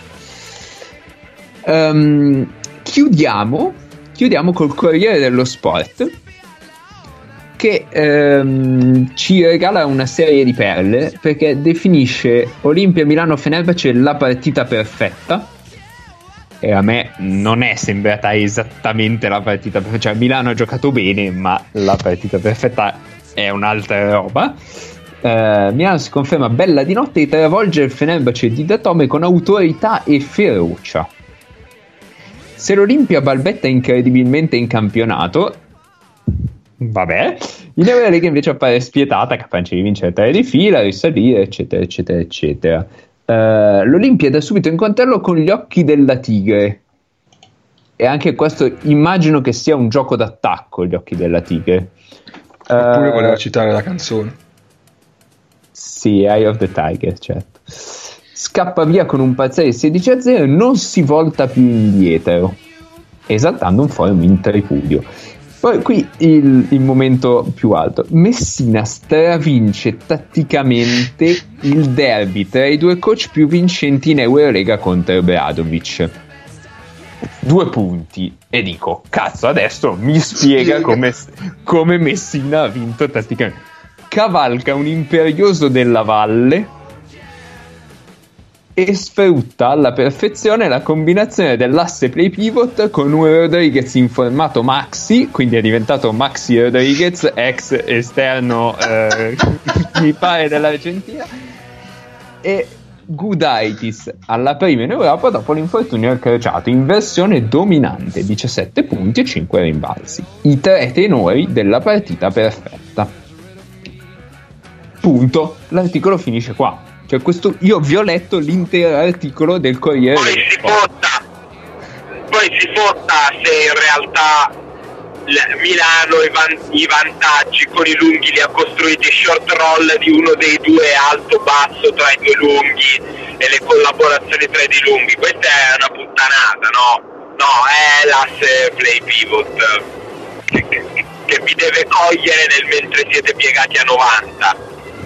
Um, chiudiamo, chiudiamo col Corriere dello Sport, che um, ci regala una serie di perle, perché definisce Olimpia Milano-Fenerbahce la partita perfetta. E a me non è sembrata esattamente la partita perfetta. Cioè Milano ha giocato bene, ma la partita perfetta è un'altra roba. uh, Milano si conferma bella di notte e travolge il Fenerbahce di Datome con autorità e ferocia. Se l'Olimpia balbetta incredibilmente in campionato, vabbè, in Eurolega invece appare spietata, capace di vincere tre di fila, risalire, eccetera eccetera eccetera. uh, L'Olimpia è da subito incontrarlo con gli occhi della tigre, e anche questo immagino che sia un gioco d'attacco, gli occhi della tigre. Oppure Uh, voleva citare la canzone. Sì, Eye of the Tiger, certo. Scappa via con un parziale sedici a zero e non si volta più indietro, esaltando un forum in tripudio. Poi qui il, il momento più alto: Messina stravince tatticamente il derby tra i due coach più vincenti in Eurolega contro Obradovic. Due punti e dico, cazzo, adesso mi spiega come, come Messina ha vinto tatticamente. Cavalca un imperioso della Valle e sfrutta alla perfezione la combinazione dell'asse play pivot con un Rodriguez in formato maxi, quindi è diventato Maxi Rodriguez, ex esterno eh, mi pare dell'Argentina, e Gudaitis alla prima in Europa dopo l'infortunio al crociato, in versione dominante, diciassette punti e cinque rimbalzi, i tre tenori della partita perfetta. Punto. L'articolo finisce qua. Cioè questo, io vi ho letto l'intero articolo del Corriere. Poi si fotta, poi si fotta se in realtà Milano i, van- i vantaggi con i lunghi li ha costruiti short roll di uno dei due alto-basso tra i due lunghi e le collaborazioni tra i due lunghi. Questa è una puttanata, no? No, è l'asse play pivot che, che, che vi deve cogliere nel mentre siete piegati a novanta.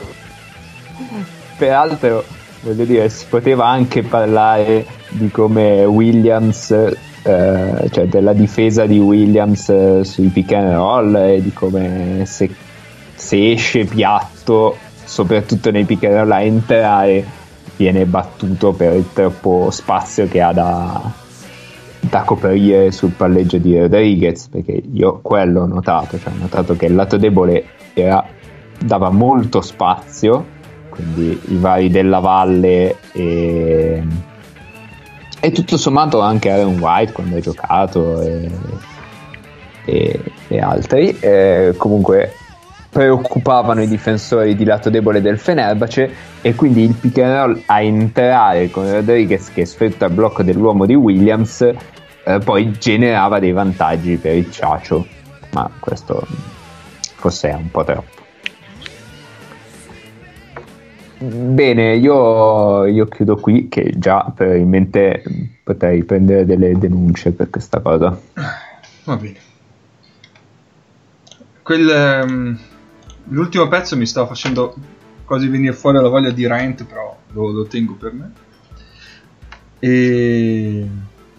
Peraltro, voglio dire, si poteva anche parlare di come Williams, eh, cioè della difesa di Williams eh, sui pick and roll, e di come se, se esce piatto, soprattutto nei pick and roll a entrare, viene battuto per il troppo spazio che ha da, da coprire sul palleggio di Rodriguez, perché io quello ho notato, cioè ho notato che il lato debole era, dava molto spazio, quindi i vari della Valle e, e tutto sommato anche Aaron White quando ha giocato e, e, e altri, e comunque preoccupavano i difensori di lato debole del Fenerbahce, e quindi il pick and roll a entrare con Rodriguez che sfrutta il blocco dell'uomo di Williams eh, poi generava dei vantaggi per il Ciacio, ma questo forse è un po' troppo. Bene, io, io chiudo qui, che già probabilmente potrei prendere delle denunce per questa cosa. Va bene. Quel, um, l'ultimo pezzo mi stava facendo quasi venire fuori la voglia di rant, però lo, lo tengo per me. E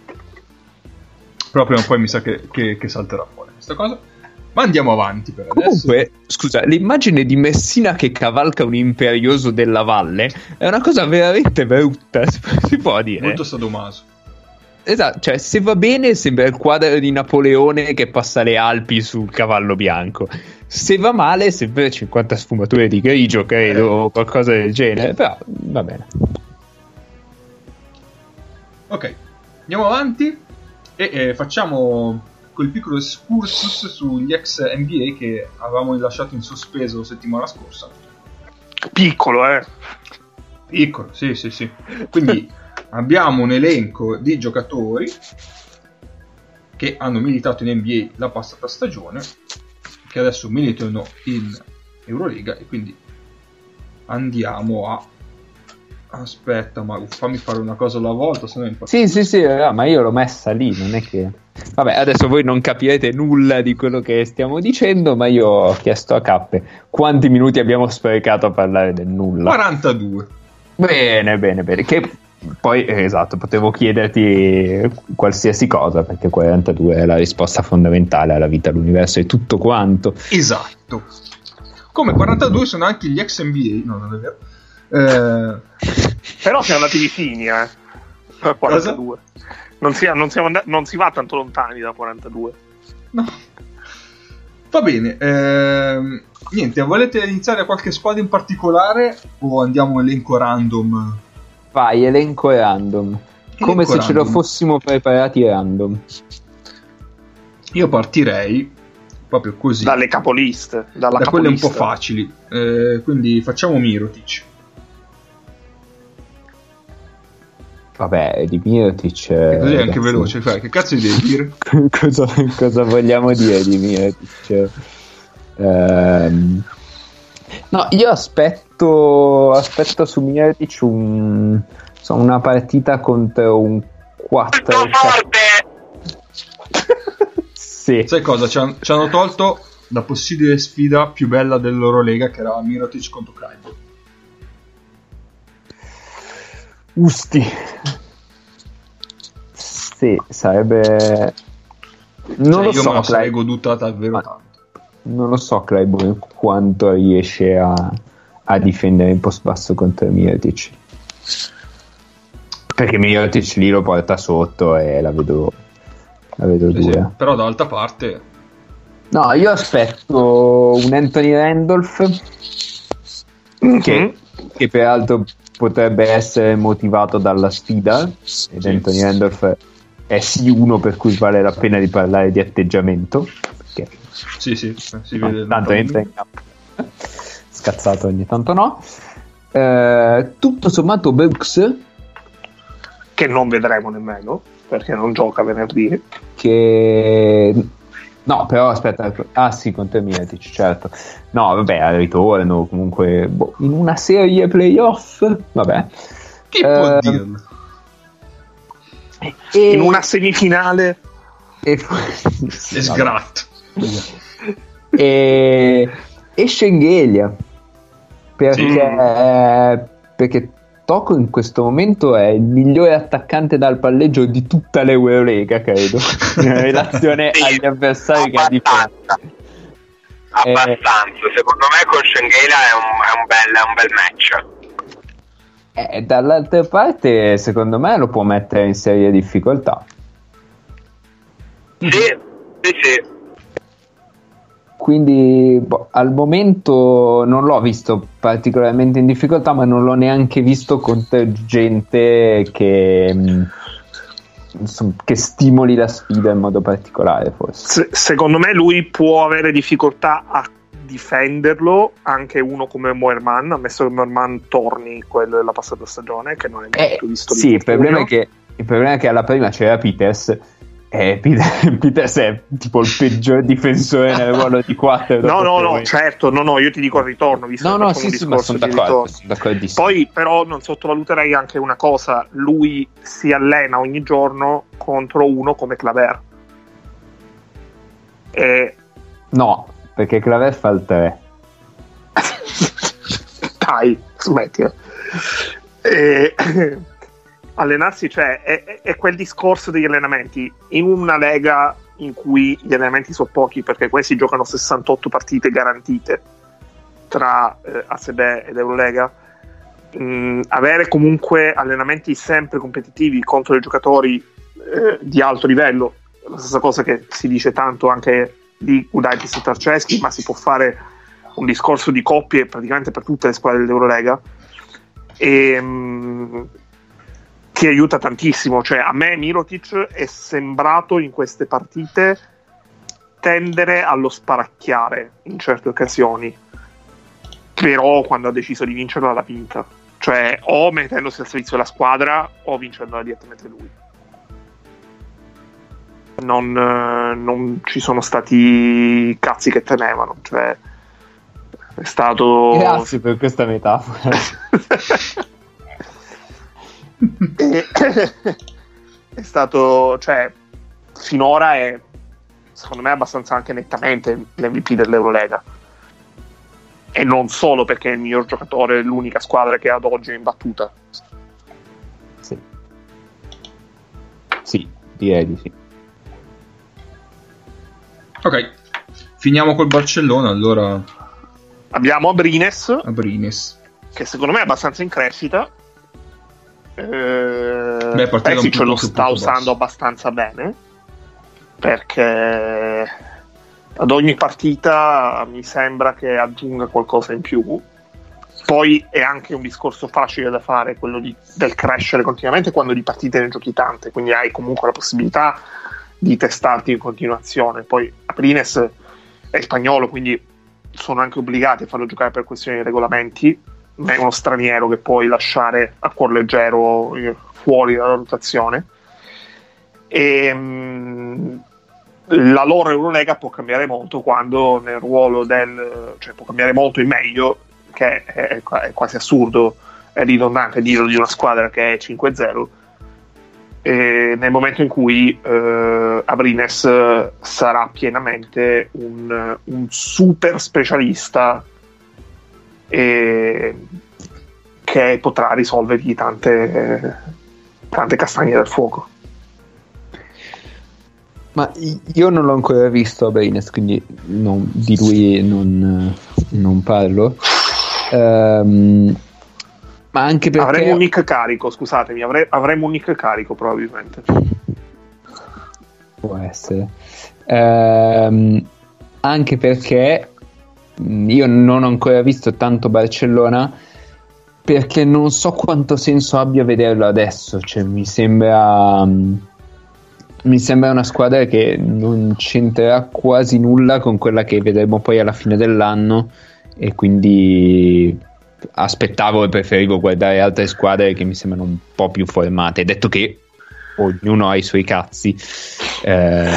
però prima o poi mi sa che, che, che salterà fuori questa cosa. Ma andiamo avanti per adesso. Comunque, scusa, l'immagine di Messina che cavalca un imperioso della valle è una cosa veramente brutta, si può dire. Molto sadomaso. Esatto, cioè se va bene sembra il quadro di Napoleone che passa le Alpi sul cavallo bianco. Se va male sembra cinquanta sfumature di grigio, credo, eh. o qualcosa del genere, però va bene. Ok, andiamo avanti e eh, facciamo quel piccolo excursus sugli ex N B A che avevamo lasciato in sospeso settimana scorsa. Piccolo, eh? Piccolo, sì, sì, sì. Quindi abbiamo un elenco di giocatori che hanno militato in N B A la passata stagione, che adesso militano in Euroliga, e quindi andiamo a... Aspetta, ma fammi fare una cosa alla volta, se no è Sì, sì, sì, ma io l'ho messa lì, non è che... Vabbè, adesso voi non capirete nulla di quello che stiamo dicendo, ma io ho chiesto a Cappe quanti minuti abbiamo sprecato a parlare del nulla. quarantadue. Bene, bene, bene, che poi, eh, esatto, potevo chiederti qualsiasi cosa, perché quarantadue è la risposta fondamentale alla vita, all'universo e tutto quanto. Esatto. Come quarantadue sono anche gli ex N B A, no, non è vero. Eh... Però siamo andati vicini, eh. A quarantadue. Non si, non, siamo andati, non si va tanto lontani da quarantadue. No. Va bene. Ehm, niente, volete iniziare a qualche squadra in particolare o andiamo elenco random? Vai, elenco random. Elenco Come se random. ce lo fossimo preparati random. Io partirei proprio così. Dalle capoliste. Dalla da quelle un po' capolista. facili. Eh, quindi facciamo Mirotic. Vabbè, di Mirotic E così è anche ragazzi. veloce. Fai, che cazzo devi dire? cosa, cosa vogliamo dire di Mirotic? Ehm, no, io aspetto aspetto su Mirotic un, so, una partita contro un quattro Molto forte! sì. Sai cosa? Ci, han- ci hanno tolto la possibile sfida più bella dell'Eurolega, che era Mirotic contro Clyburn. Usti. Sì, sarebbe... Non Cioè, lo io so, me la sarei Clyburn- goduta davvero Ma- tanto. non lo so Clyburn quanto riesce a, a difendere in post basso contro Mirotic, perché Mirotic lì lo porta sotto e la vedo la vedo Sì, sì. dura. Però dall'altra parte No, io aspetto un Anthony Randolph che, che peraltro potrebbe essere motivato dalla sfida, ed Sì. Anthony Randolph è sì uno per cui vale la pena di parlare di atteggiamento, perché sì, sì, si no, vede tanto entra in campo scazzato ogni tanto, no. Eh, tutto sommato Brooks, Che non vedremo nemmeno, perché non gioca venerdì. che no, però aspetta, ah sì, contro Mirotic, certo. No, vabbè, al ritorno comunque boh, in una serie playoff, vabbè. Chi può Eh, dirlo? E, In una semifinale. e, E sì, vabbè. sgratto. e, e Schengelia, perché, eh, perché Tocco in questo momento è il migliore attaccante dal palleggio di tutta l'Eurolega, credo, in relazione Sì, agli avversari che ha difeso. abbastanza. Abbastanza. Secondo me con Schengelia è un, è un bel, è un bel match. Eh, dall'altra parte, secondo me, lo può mettere in serie difficoltà. Sì, sì, sì. Quindi boh, al momento non l'ho visto particolarmente in difficoltà, ma non l'ho neanche visto contro gente che, mh, insomma, che stimoli la sfida in modo particolare, forse. Se- secondo me lui può avere difficoltà a difenderlo anche uno come Moerman, ammesso che Moerman torni quello della passata stagione, che non è molto eh, visto sì, il problema, è che, il problema è che alla prima c'era Peters. Eh, Peter, Peters è tipo il peggior difensore nel ruolo di quattro. No, no, no, certo, no, no, io ti dico il ritorno, visto no, che no, facciamo sì, un discorso sì, ma sono di d'accordo, ritorno. sono d'accordissimo. Poi però non sottovaluterei anche una cosa, lui si allena ogni giorno contro uno come Claver. E... No, perché Claver fa il tre. Dai, smettila. E... allenarsi, cioè è, è quel discorso degli allenamenti in una lega in cui gli allenamenti sono pochi, perché questi giocano sessantotto partite garantite tra eh, A S B ed Eurolega. Mm, avere comunque allenamenti sempre competitivi contro dei giocatori eh, di alto livello, la stessa cosa che si dice tanto anche di Gudaitis e Tarceschi, ma si può fare un discorso di coppie praticamente per tutte le squadre dell'Eurolega, e mm, ti aiuta tantissimo. Cioè, a me Mirotic è sembrato in queste partite tendere allo sparacchiare in certe occasioni, però quando ha deciso di vincerla l'ha vinta, cioè o mettendosi al servizio della squadra o vincendola direttamente lui. Non, non ci sono stati cazzi che tenevano, cioè è stato... Grazie per questa metafora. È stato, cioè, finora è, secondo me, abbastanza anche nettamente l'M V P dell'Eurolega, e non solo perché è il miglior giocatore, l'unica squadra che ad oggi è imbattuta. Sì, sì, direi di sì. Ok, finiamo col Barcellona. Allora abbiamo Abrines, Abrines che secondo me è abbastanza in crescita. Eh, Beh, Pesic ce lo sta usando basso. abbastanza bene, perché ad ogni partita mi sembra che aggiunga qualcosa in più. Poi è anche un discorso facile da fare quello di, del crescere continuamente quando di partite ne giochi tante, quindi hai comunque la possibilità di testarti in continuazione. Poi Abrines è spagnolo, quindi sono anche obbligati a farlo giocare per questioni di regolamenti. Non è uno straniero che puoi lasciare a cuor leggero fuori dalla rotazione, e mh, la loro Eurolega può cambiare molto quando nel ruolo del, cioè può cambiare molto in meglio, che è, è quasi assurdo, è ridondante dirlo di una squadra che è cinque zero, e nel momento in cui eh, Abrines sarà pienamente un, un super specialista e che potrà risolvergli tante tante castagne dal fuoco. Ma io non l'ho ancora visto a Abrines, quindi non, di lui non, non parlo. Um, ma anche perché avremo un nick carico, scusatemi, avre- avremo un nick carico probabilmente. Può essere. Um, anche perché io non ho ancora visto tanto Barcellona, perché non so quanto senso abbia vederlo adesso. Cioè, mi sembra mi sembra una squadra che non c'entrerà quasi nulla con quella che vedremo poi alla fine dell'anno, e quindi aspettavo e preferivo guardare altre squadre che mi sembrano un po' più formate, detto che ognuno ha i suoi cazzi, eh,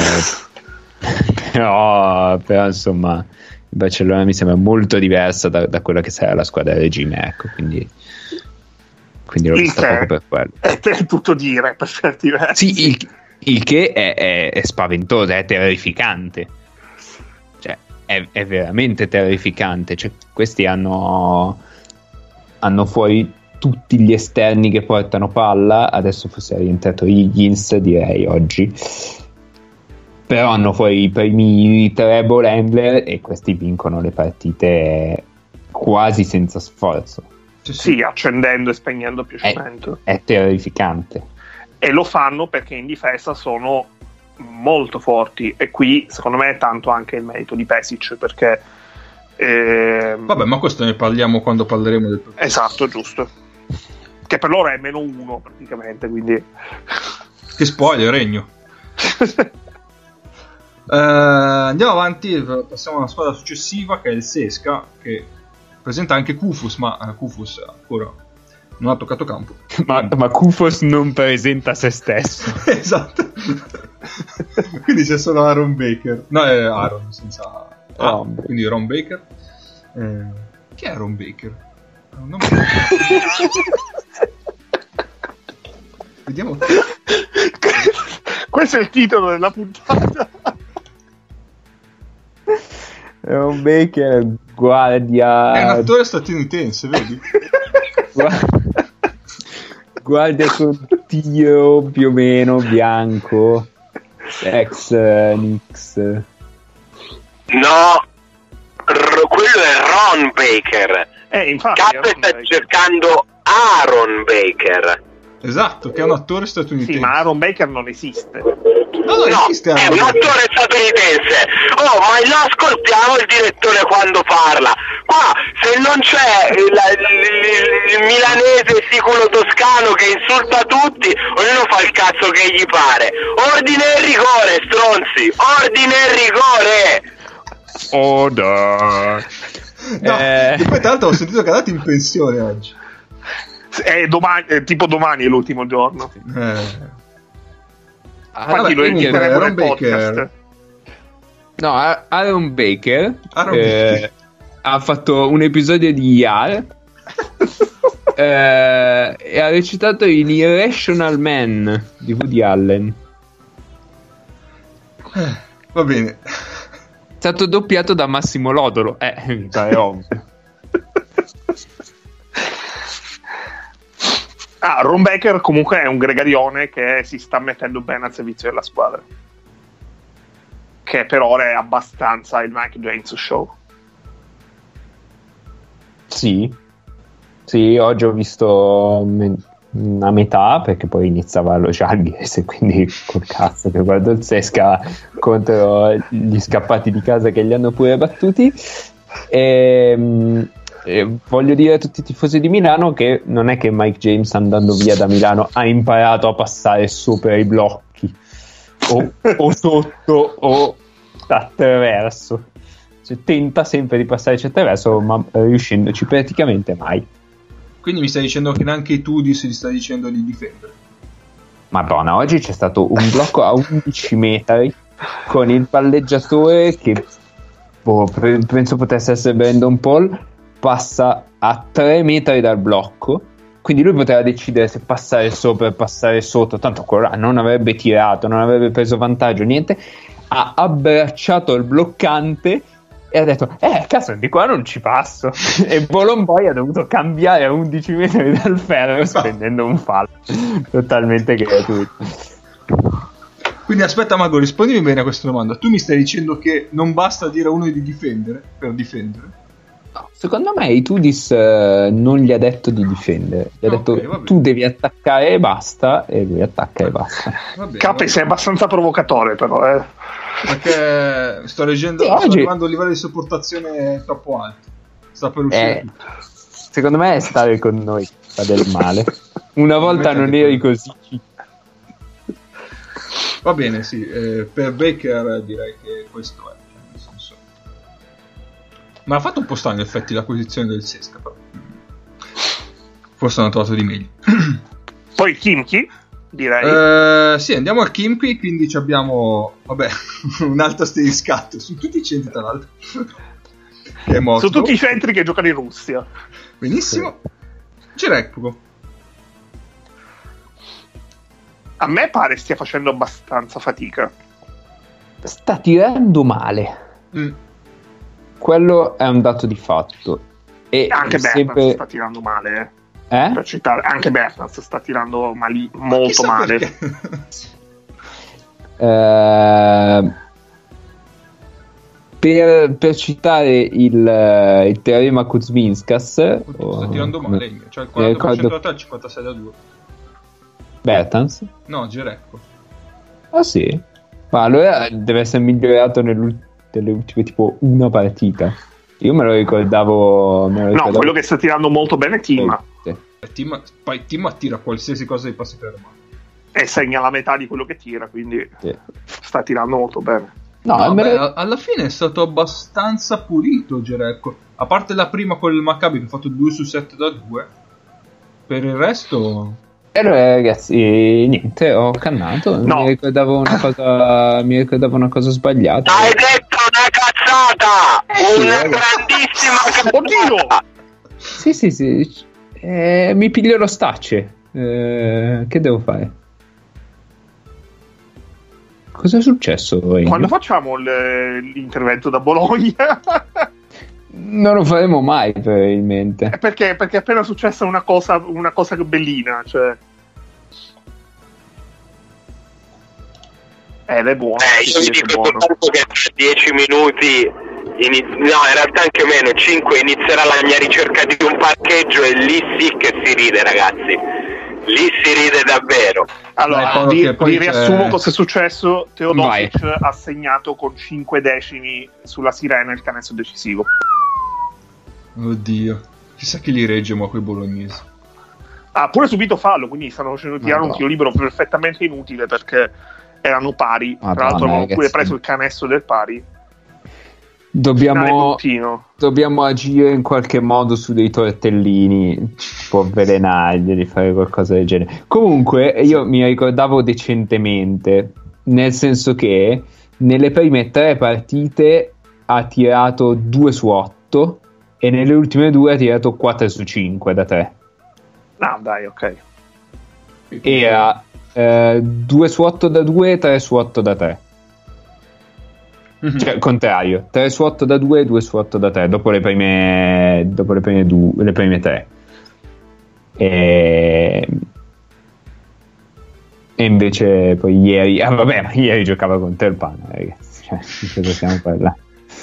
però, però insomma il Barcellona mi sembra molto diversa da, da quella che sarà la squadra regime, ecco, quindi quindi l'ho vista poco per quello. È per tutto dire, per certi versi. Sì, il, il che è, è, è spaventoso, è terrificante, cioè è, è veramente terrificante. Cioè, questi hanno hanno fuori tutti gli esterni che portano palla, adesso forse è rientrato Higgins, direi oggi, però hanno fuori i primi tre ball handler e questi vincono le partite quasi senza sforzo. Sì, sì, accendendo e spegnendo più cemento. È, è terrificante. E lo fanno perché in difesa sono molto forti, e qui secondo me è tanto anche il merito di Pesic, perché eh, vabbè, ma questo ne parliamo quando parleremo del professore. Esatto, giusto, che per loro è meno uno praticamente, quindi che spoiler, regno. Uh, andiamo avanti, passiamo alla squadra successiva che è il Sesca, che presenta anche Kufus, ma uh, Kufus ancora non ha toccato campo. ma, ma Kufus non presenta se stesso. Esatto. Quindi c'è solo Aaron Baker, no, è Aaron senza ah, Ron. quindi Ron Baker. Eh, chi è Ron Baker? Non vediamo. Questo è il titolo della puntata. Ron Baker, guardia. È un attore statunitense, vedi? Guardia, guardia con tiro più o meno bianco, ex uh, Knicks. No, R- quello è Ron Baker. Eh, infatti. Cap sta Baker. cercando Aaron Baker. Esatto, che è un attore statunitense. Sì, ma Aaron Baker non esiste. No, non No, esiste è Aaron un Baker. attore statunitense. Oh, ma lo ascoltiamo il direttore quando parla. Qua, se non c'è il, il, il, il milanese siculo toscano che insulta tutti, ognuno fa il cazzo che gli pare. Ordine e rigore, stronzi. Ordine e rigore. Oh, dai. No, Eh. e poi tra l'altro ho sentito che è andato in pensione oggi. È domani, è tipo domani è l'ultimo giorno. Eh. Ah, Infatti vabbè, lo comunque, inviteremo Aaron nel podcast. Baker. No, A- Aaron Baker, Aaron eh, Baker. ha fatto un episodio di Yar eh, e ha recitato in Irrational Man di Woody Allen. Eh, va bene. È stato doppiato da Massimo Lodolo. Eh, è ovvio. Ah, Ron Baker comunque è un gregarione che si sta mettendo bene al servizio della squadra. Che per ora è abbastanza il Mike James show. Sì, sì, oggi ho visto me- una metà perché poi iniziava lo Jalgies, quindi col cazzo che guardo il Sesca contro gli scappati di casa che li hanno pure battuti. E, e voglio dire a tutti i tifosi di Milano che non è che Mike James andando via da Milano ha imparato a passare sopra i blocchi o, o sotto o attraverso. Cioè, tenta sempre di passarci attraverso, ma riuscendoci praticamente mai. Quindi mi stai dicendo che neanche i Tudis gli stai dicendo di difendere? Madonna, oggi c'è stato un blocco a undici metri con il palleggiatore che boh, pre- penso potesse essere Brandon Paul, passa a tre metri dal blocco, quindi lui poteva decidere se passare sopra o passare sotto, tanto ancora non avrebbe tirato, non avrebbe preso vantaggio, niente. Ha abbracciato il bloccante e ha detto eh cazzo di qua non ci passo e Bolomboy ha dovuto cambiare a undici metri dal ferro spendendo un fallo totalmente gratuito. Quindi aspetta Mago, rispondimi bene a questa domanda. Tu mi stai dicendo che non basta dire a uno di difendere per difendere? No, secondo me Itudis eh, non gli ha detto di difendere, gli ha Ok, detto va bene. tu devi attaccare e basta, e lui attacca e basta. Va bene, va Capri bene. sei abbastanza provocatore però, eh. Perché sto leggendo, Sì, sto oggi- arrivando a un livello di sopportazione troppo alto. Sta per uscire Eh, tutto. secondo me è stare con noi fa del male. Una volta non eri così. Va bene, sì, eh, per Baker direi che questo è, cioè, nel senso. Ma ha fatto un po' strano in effetti l'acquisizione del Sesca, però. Forse hanno trovato di meglio. Poi Kimchi, direi. Eh, sì, andiamo al Kimchi, quindi ci abbiamo, vabbè, un altro steriscatto su tutti i centri, tra l'altro. Che è morto. Su tutti i centri che giocano in Russia. Benissimo. Girekko. A me pare stia facendo abbastanza fatica. Sta tirando male. Mm. Quello è un dato di fatto. E Anche sempre... Bertans sta tirando male, eh. Eh? Per citare, anche Bertans sta tirando mali- molto Chissà male. perché. Eh, per, per citare il, il teorema Kuzminskas, Oddio, sta tirando male, cioè il quaranta per cento da te, il cinquantasei da due. Bertans? No, Girekko. Ah sì? Ma allora deve essere migliorato nelle ultime tipo una partita. Io me lo ricordavo. Me lo No, ricordavo quello che sta tirando molto bene è Tima. Sì. Tim, poi Tim attira qualsiasi cosa di passi per la mano. E segna la metà di quello che tira, quindi Sì. sta tirando molto bene. No, No, me beh, lo- a- alla fine è stato abbastanza pulito Gerecko. A parte la prima con il Maccabi che ha fatto due su sette da due, per il resto Allora, ragazzi, niente, ho cannato. No. Mi ricordavo una cosa, mi ricordavo una cosa sbagliata. Hai detto una cazzata! Eh sì, una ragazzi. grandissima cazzata! Oddio! Sì, sì, sì. Eh, mi piglio lo stacce. Eh, che devo fare? Cosa è successo? Amy? Quando facciamo il- l'intervento da Bologna? Non lo faremo mai, probabilmente. perché, perché è appena successa una cosa, una cosa bellina, cioè. Ed è buono. Eh, sì, io sì, vi è dico buono. soltanto che tra dieci minuti, iniz- no, in realtà anche meno, cinque, inizierà la mia ricerca di un parcheggio e lì sì che si ride, ragazzi. Lì si ride davvero. Allora, Dai, Paolo, vi, che poi vi c'è- riassumo cosa è successo. Teodosic Vai. ha segnato con cinque decimi sulla sirena il canestro decisivo. oddio, chissà chi li regge ma quei bolognesi. Ha pure subito fallo, quindi stanno facendo tirare Ma un no. tiro libero perfettamente inutile perché erano pari. Tra Madonna, l'altro avevano pure ragazzi. preso il canestro del pari. Finale Dobbiamo, bruttino. dobbiamo agire in qualche modo su dei tortellini, tipo avvelenarli, fare qualcosa del genere. Comunque, io mi ricordavo decentemente, nel senso che nelle prime tre partite ha tirato due su otto e nelle ultime due ha tirato quattro su cinque da tre. No, dai, ok. Era eh, due su otto da due, tre su otto da tre. Cioè, il contrario, tre su otto da due, due su otto da tre, dopo le prime, dopo le prime, due, le prime tre. E... e invece poi ieri, ah vabbè, ma ieri giocava con Telpana, ragazzi, cioè, di cosa stiamo parlando?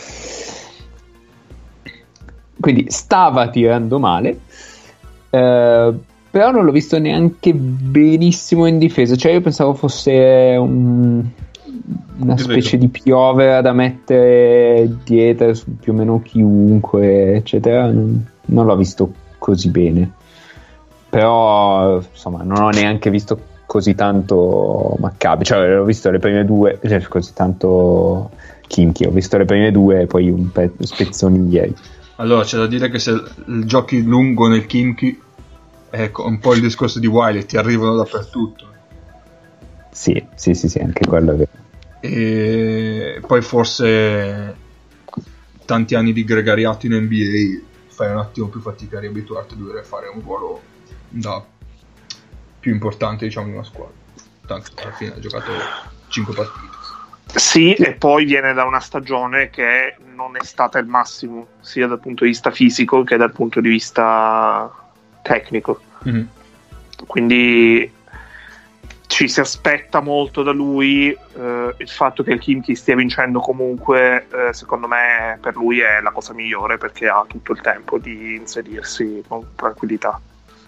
Quindi stava tirando male, eh, però non l'ho visto neanche benissimo in difesa, cioè io pensavo fosse un... una Io specie vedo. di piovera da mettere dietro su più o meno chiunque, eccetera. Non, non l'ho visto così bene, però insomma non ho neanche visto così tanto Maccabi, cioè l'ho visto le prime due, cioè così tanto Khimki, ho visto le prime due e poi un pe- spezzoni ieri. Allora c'è da dire che se l- giochi lungo nel Khimki è co- un po' il discorso di Wiley, ti arrivano dappertutto. Sì, sì, sì, sì, anche quello è vero. E poi forse tanti anni di gregariato in N B A fai un attimo più fatica a riabituarti a dover fare un ruolo da più importante, diciamo, in una squadra, tanto alla fine ha giocato cinque partite. Sì, e poi viene da una stagione che non è stata il massimo, sia dal punto di vista fisico che dal punto di vista tecnico. Mm-hmm. Quindi ci si aspetta molto da lui. Eh, il fatto che il Khimki stia vincendo comunque, eh, secondo me per lui è la cosa migliore, perché ha tutto il tempo di inserirsi con tranquillità.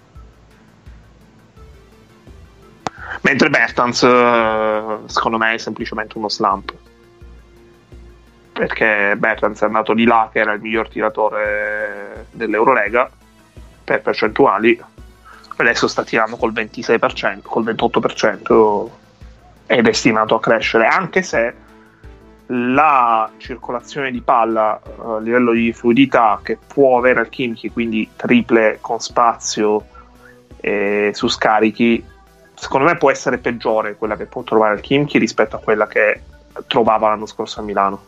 Mentre Bertans, eh, secondo me, è semplicemente uno slump, perché Bertans è andato di là che era il miglior tiratore dell'Eurolega per percentuali, adesso sta tirando col ventisei per cento, col ventotto per cento, è destinato a crescere, anche se la circolazione di palla a livello di fluidità che può avere il Khimki, quindi triple con spazio e su scarichi, secondo me può essere peggiore quella che può trovare il Khimki rispetto a quella che trovava l'anno scorso a Milano.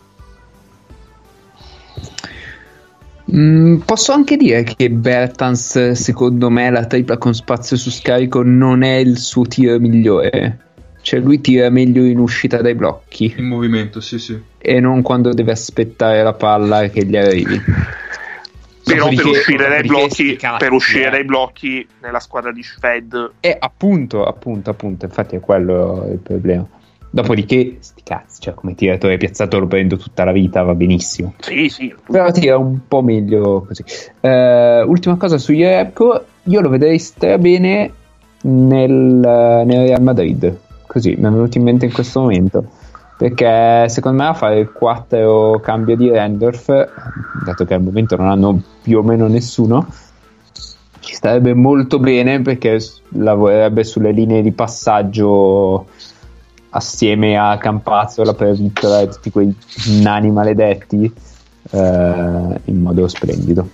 Mm, posso anche dire che Bertans, secondo me, la tripla con spazio su scarico non è il suo tiro migliore. Cioè lui tira meglio in uscita dai blocchi In movimento, sì sì. e non quando deve aspettare la palla che gli arrivi. Però per Dopodiché- uscire dai dopodiché blocchi, sti cazzi, per uscire eh. dai blocchi nella squadra di Shved, E appunto, appunto, appunto, infatti è quello il problema. Dopodiché, sti cazzi, cioè come tiratore piazzato lo prendo tutta la vita, va benissimo. sì sì, Però tira un po' meglio così. Eh, ultima cosa su Jerebko, io lo vedrei stra bene nel, nel Real Madrid. Così mi è venuto in mente in questo momento. Perché secondo me a fare il quattro cambio di Randolph, dato che al momento non hanno più o meno nessuno, ci starebbe molto bene perché lavorerebbe sulle linee di passaggio assieme a Campazzola per vittoria tutti quei nani maledetti eh, in modo splendido.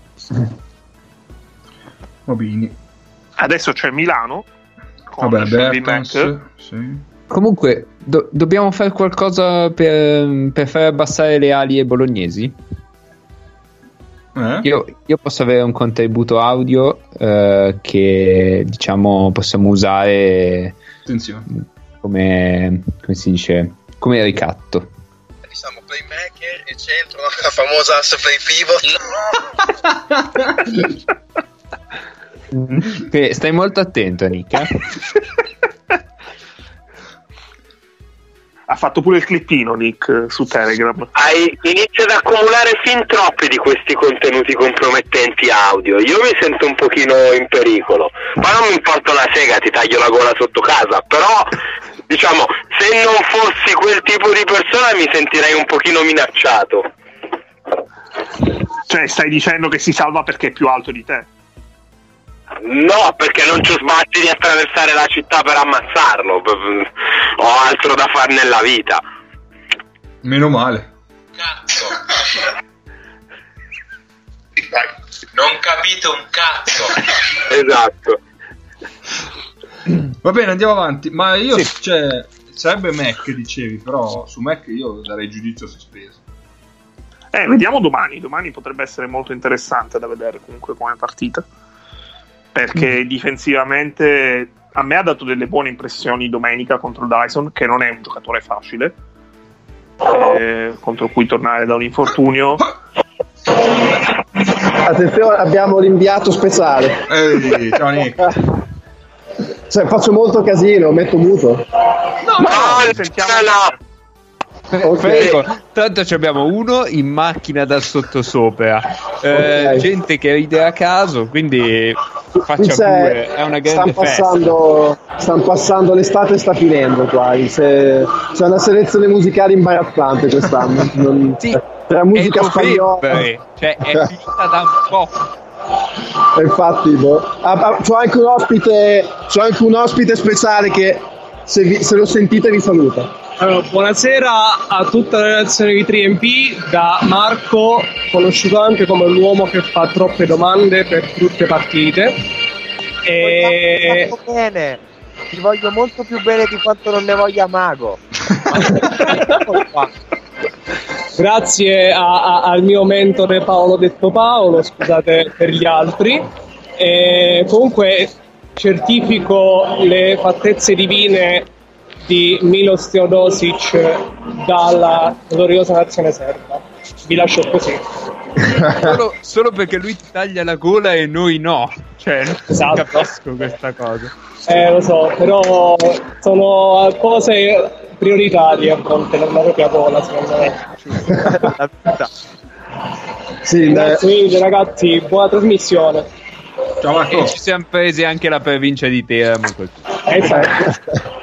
Va bene. Adesso c'è Milano con Vabbè, Shelby Bertens, Mack. sì. Comunque do- dobbiamo fare qualcosa per, per far abbassare le ali ai bolognesi. Eh? Io, io posso avere un contributo audio eh, che diciamo possiamo usare Attenzione. come, come si dice, come ricatto. Diciamo playmaker e centro, la famosa asse play pivot. Che stai molto attento, Nick. eh? Ha fatto pure il clippino Nick su Telegram. Hai inizi ad accumulare fin troppi di questi contenuti compromettenti audio. Io mi sento un pochino in pericolo. Ma non mi importa la sega, ti taglio la gola sotto casa. Però, diciamo, se non fossi quel tipo di persona mi sentirei un pochino minacciato. Cioè, stai dicendo che si salva perché è più alto di te? No, perché non ci sbatti di attraversare la città per ammazzarlo. Ho altro da fare nella vita. Meno male. Cazzo. Non capite un cazzo. Esatto. Va bene, andiamo avanti. Ma io, Sì. cioè, sarebbe Mac, dicevi, però su Mac io darei giudizio sospeso. Eh, vediamo domani. Domani potrebbe essere molto interessante da vedere comunque come partita. Perché difensivamente a me ha dato delle buone impressioni domenica contro Dyson, che non è un giocatore facile, eh, contro cui tornare da un infortunio. Attenzione, abbiamo l'inviato speciale. Ehi, ciao Nick. Cioè, faccio molto casino, metto muto. No, no, sentiamo- no. Ok. Prego. Tanto ci abbiamo uno in macchina dal sottosopra, eh, Ok. gente che ride a caso, quindi Qui faccia c'è- pure, è una grande stanno festa. passando, stanno passando l'estate, sta finendo qua. C'è, c'è una selezione musicale imbarazzante quest'anno. Non, Sì, tra musica è spagnola. novembre, cioè è finita da un po'. E infatti, boh. Ah, ah, c'ho anche un ospite, c'ho anche un ospite speciale che se, vi- se lo sentite vi saluta. Allora, buonasera a tutta la redazione di tre M P da Marco, conosciuto anche come l'uomo che fa troppe domande per tutte partite. E... Molto bene, ti voglio molto più bene di quanto non ne voglia Mago. Grazie a- a- al mio mentore Paolo Detto Paolo, scusate per gli altri. E comunque certifico le fattezze divine di Milos Teodosic dalla gloriosa nazione serba. Vi lascio così. Solo, solo perché lui ti taglia la gola e noi no, cioè non Esatto. capisco questa cosa. Eh, lo so, però sono cose prioritarie a volte nella propria gola, secondo me. La vita. Sì, eh, Grazie mille ragazzi, buona trasmissione. Ciao Marco. E ci siamo presi anche la provincia di Teramo così. Esatto.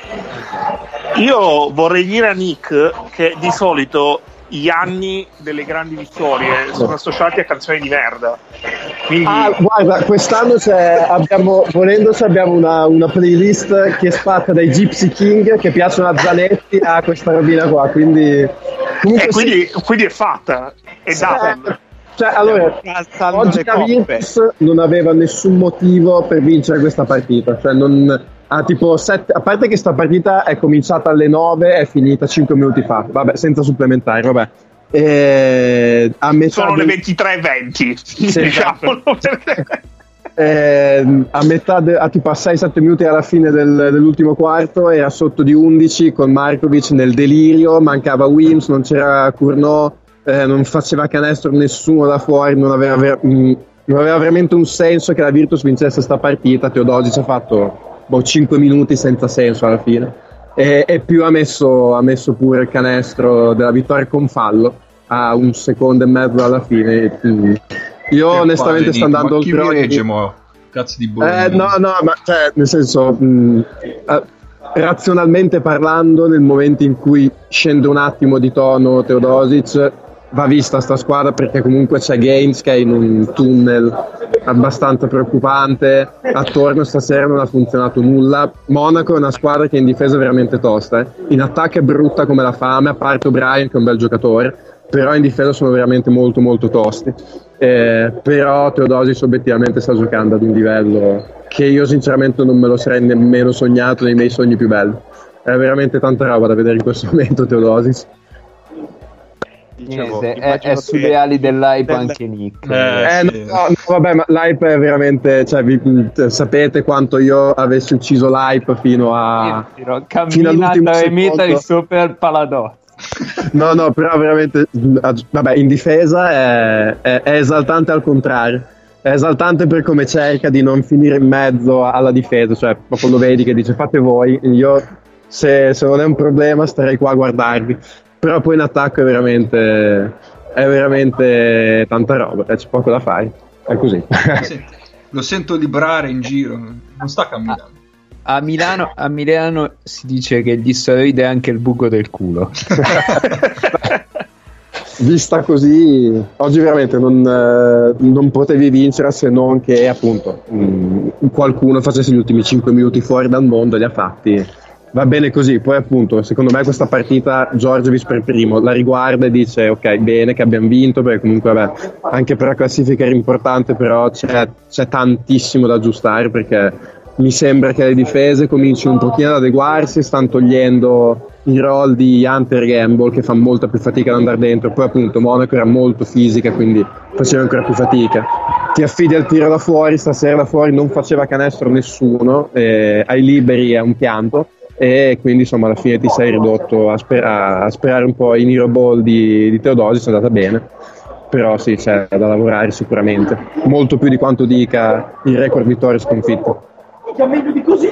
Io vorrei dire a Nick che di solito gli anni delle grandi vittorie sono associati a canzoni di merda. Quindi ah, guarda, quest'anno c'è, abbiamo, volendoci abbiamo una, una playlist che spatta dai Gypsy King che piacciono a Zanetti a questa robina qua, quindi comunque e sì. quindi, quindi è fatta. È data. Eh, cioè, allora, Alzando oggi le la coppe. Virtus non aveva nessun motivo per vincere questa partita, cioè non ha tipo sette, a parte che sta partita è cominciata alle nove e è finita cinque minuti fa, vabbè, senza supplementari, vabbè. E a metà Sono del- le ventitré e venti, Sì, diciamolo, perché eh, a metà de- a tipo a sei sette minuti alla fine del- dell'ultimo quarto era sotto di undici con Markovic nel delirio, mancava Wims, non c'era Cournot, eh, non faceva canestro nessuno da fuori, non aveva, ver- mh, non aveva veramente un senso che la Virtus vincesse sta partita. Teodosic ha fatto boh, cinque minuti senza senso alla fine e, e più ha messo, ha messo pure il canestro della vittoria con fallo a un secondo e mezzo alla fine. Mm. Io Che onestamente palle, sto Nick, andando ma chi oltre vi ogni- regge, mo? Cazzo di Bologna. eh, no, no, ma cioè, nel senso, mh, eh, razionalmente parlando, nel momento in cui scende un attimo di tono Teodosic, va vista sta squadra, perché comunque c'è Gaines che è in un tunnel abbastanza preoccupante, attorno stasera non ha funzionato nulla. Monaco è una squadra che in difesa è veramente tosta, eh. In attacco è brutta come la fame, a parte O'Brien che è un bel giocatore, però in difesa sono veramente molto molto tosti. Eh, però Teodosic obiettivamente sta giocando ad un livello che io sinceramente non me lo sarei nemmeno sognato nei miei sogni più belli. È veramente tanta roba da vedere in questo momento Teodosic. Dicevo, è, è sulle ali dell'hype del... anche Nick. Eh, eh, no, no, vabbè, ma l'hype è veramente, cioè, vi, sapete quanto io avessi ucciso l'hype fino a fino all'ultimo e meta di Super Paladò. No, no, però veramente, vabbè, in difesa è, è, è esaltante al contrario. È esaltante per come cerca di non finire in mezzo alla difesa, cioè proprio lo vedi che dice fate voi, io se, se non è un problema starei qua a guardarvi. Però poi in attacco è veramente è veramente tanta roba, c'è poco da fare, è così. Sì, lo sento librare in giro, non sta camminando. A, a Milano a Milano si dice che gli steroidi è anche il buco del culo. Vista così, oggi veramente non, eh, non potevi vincere se non che appunto mh, qualcuno facesse gli ultimi cinque minuti fuori dal mondo e li ha fatti. Va bene così, poi appunto secondo me questa partita Djordjevic per primo la riguarda e dice ok, bene che abbiamo vinto, perché comunque vabbè, anche per la classifica era importante, però c'è, c'è tantissimo da aggiustare, perché mi sembra che le difese cominciano un pochino ad adeguarsi, stanno togliendo i roll di Hunter e Gamble che fa molta più fatica ad andare dentro, poi appunto Monaco era molto fisica quindi faceva ancora più fatica. Ti affidi al tiro da fuori, stasera da fuori non faceva canestro nessuno, eh, ai liberi è un pianto, e quindi insomma alla fine ti sei ridotto a, sper- a sperare un po' in Hero Ball di, di Teodosic, è andata bene, però sì, c'è da lavorare sicuramente, molto più di quanto dica il record vittorie sconfitte. Meglio di così.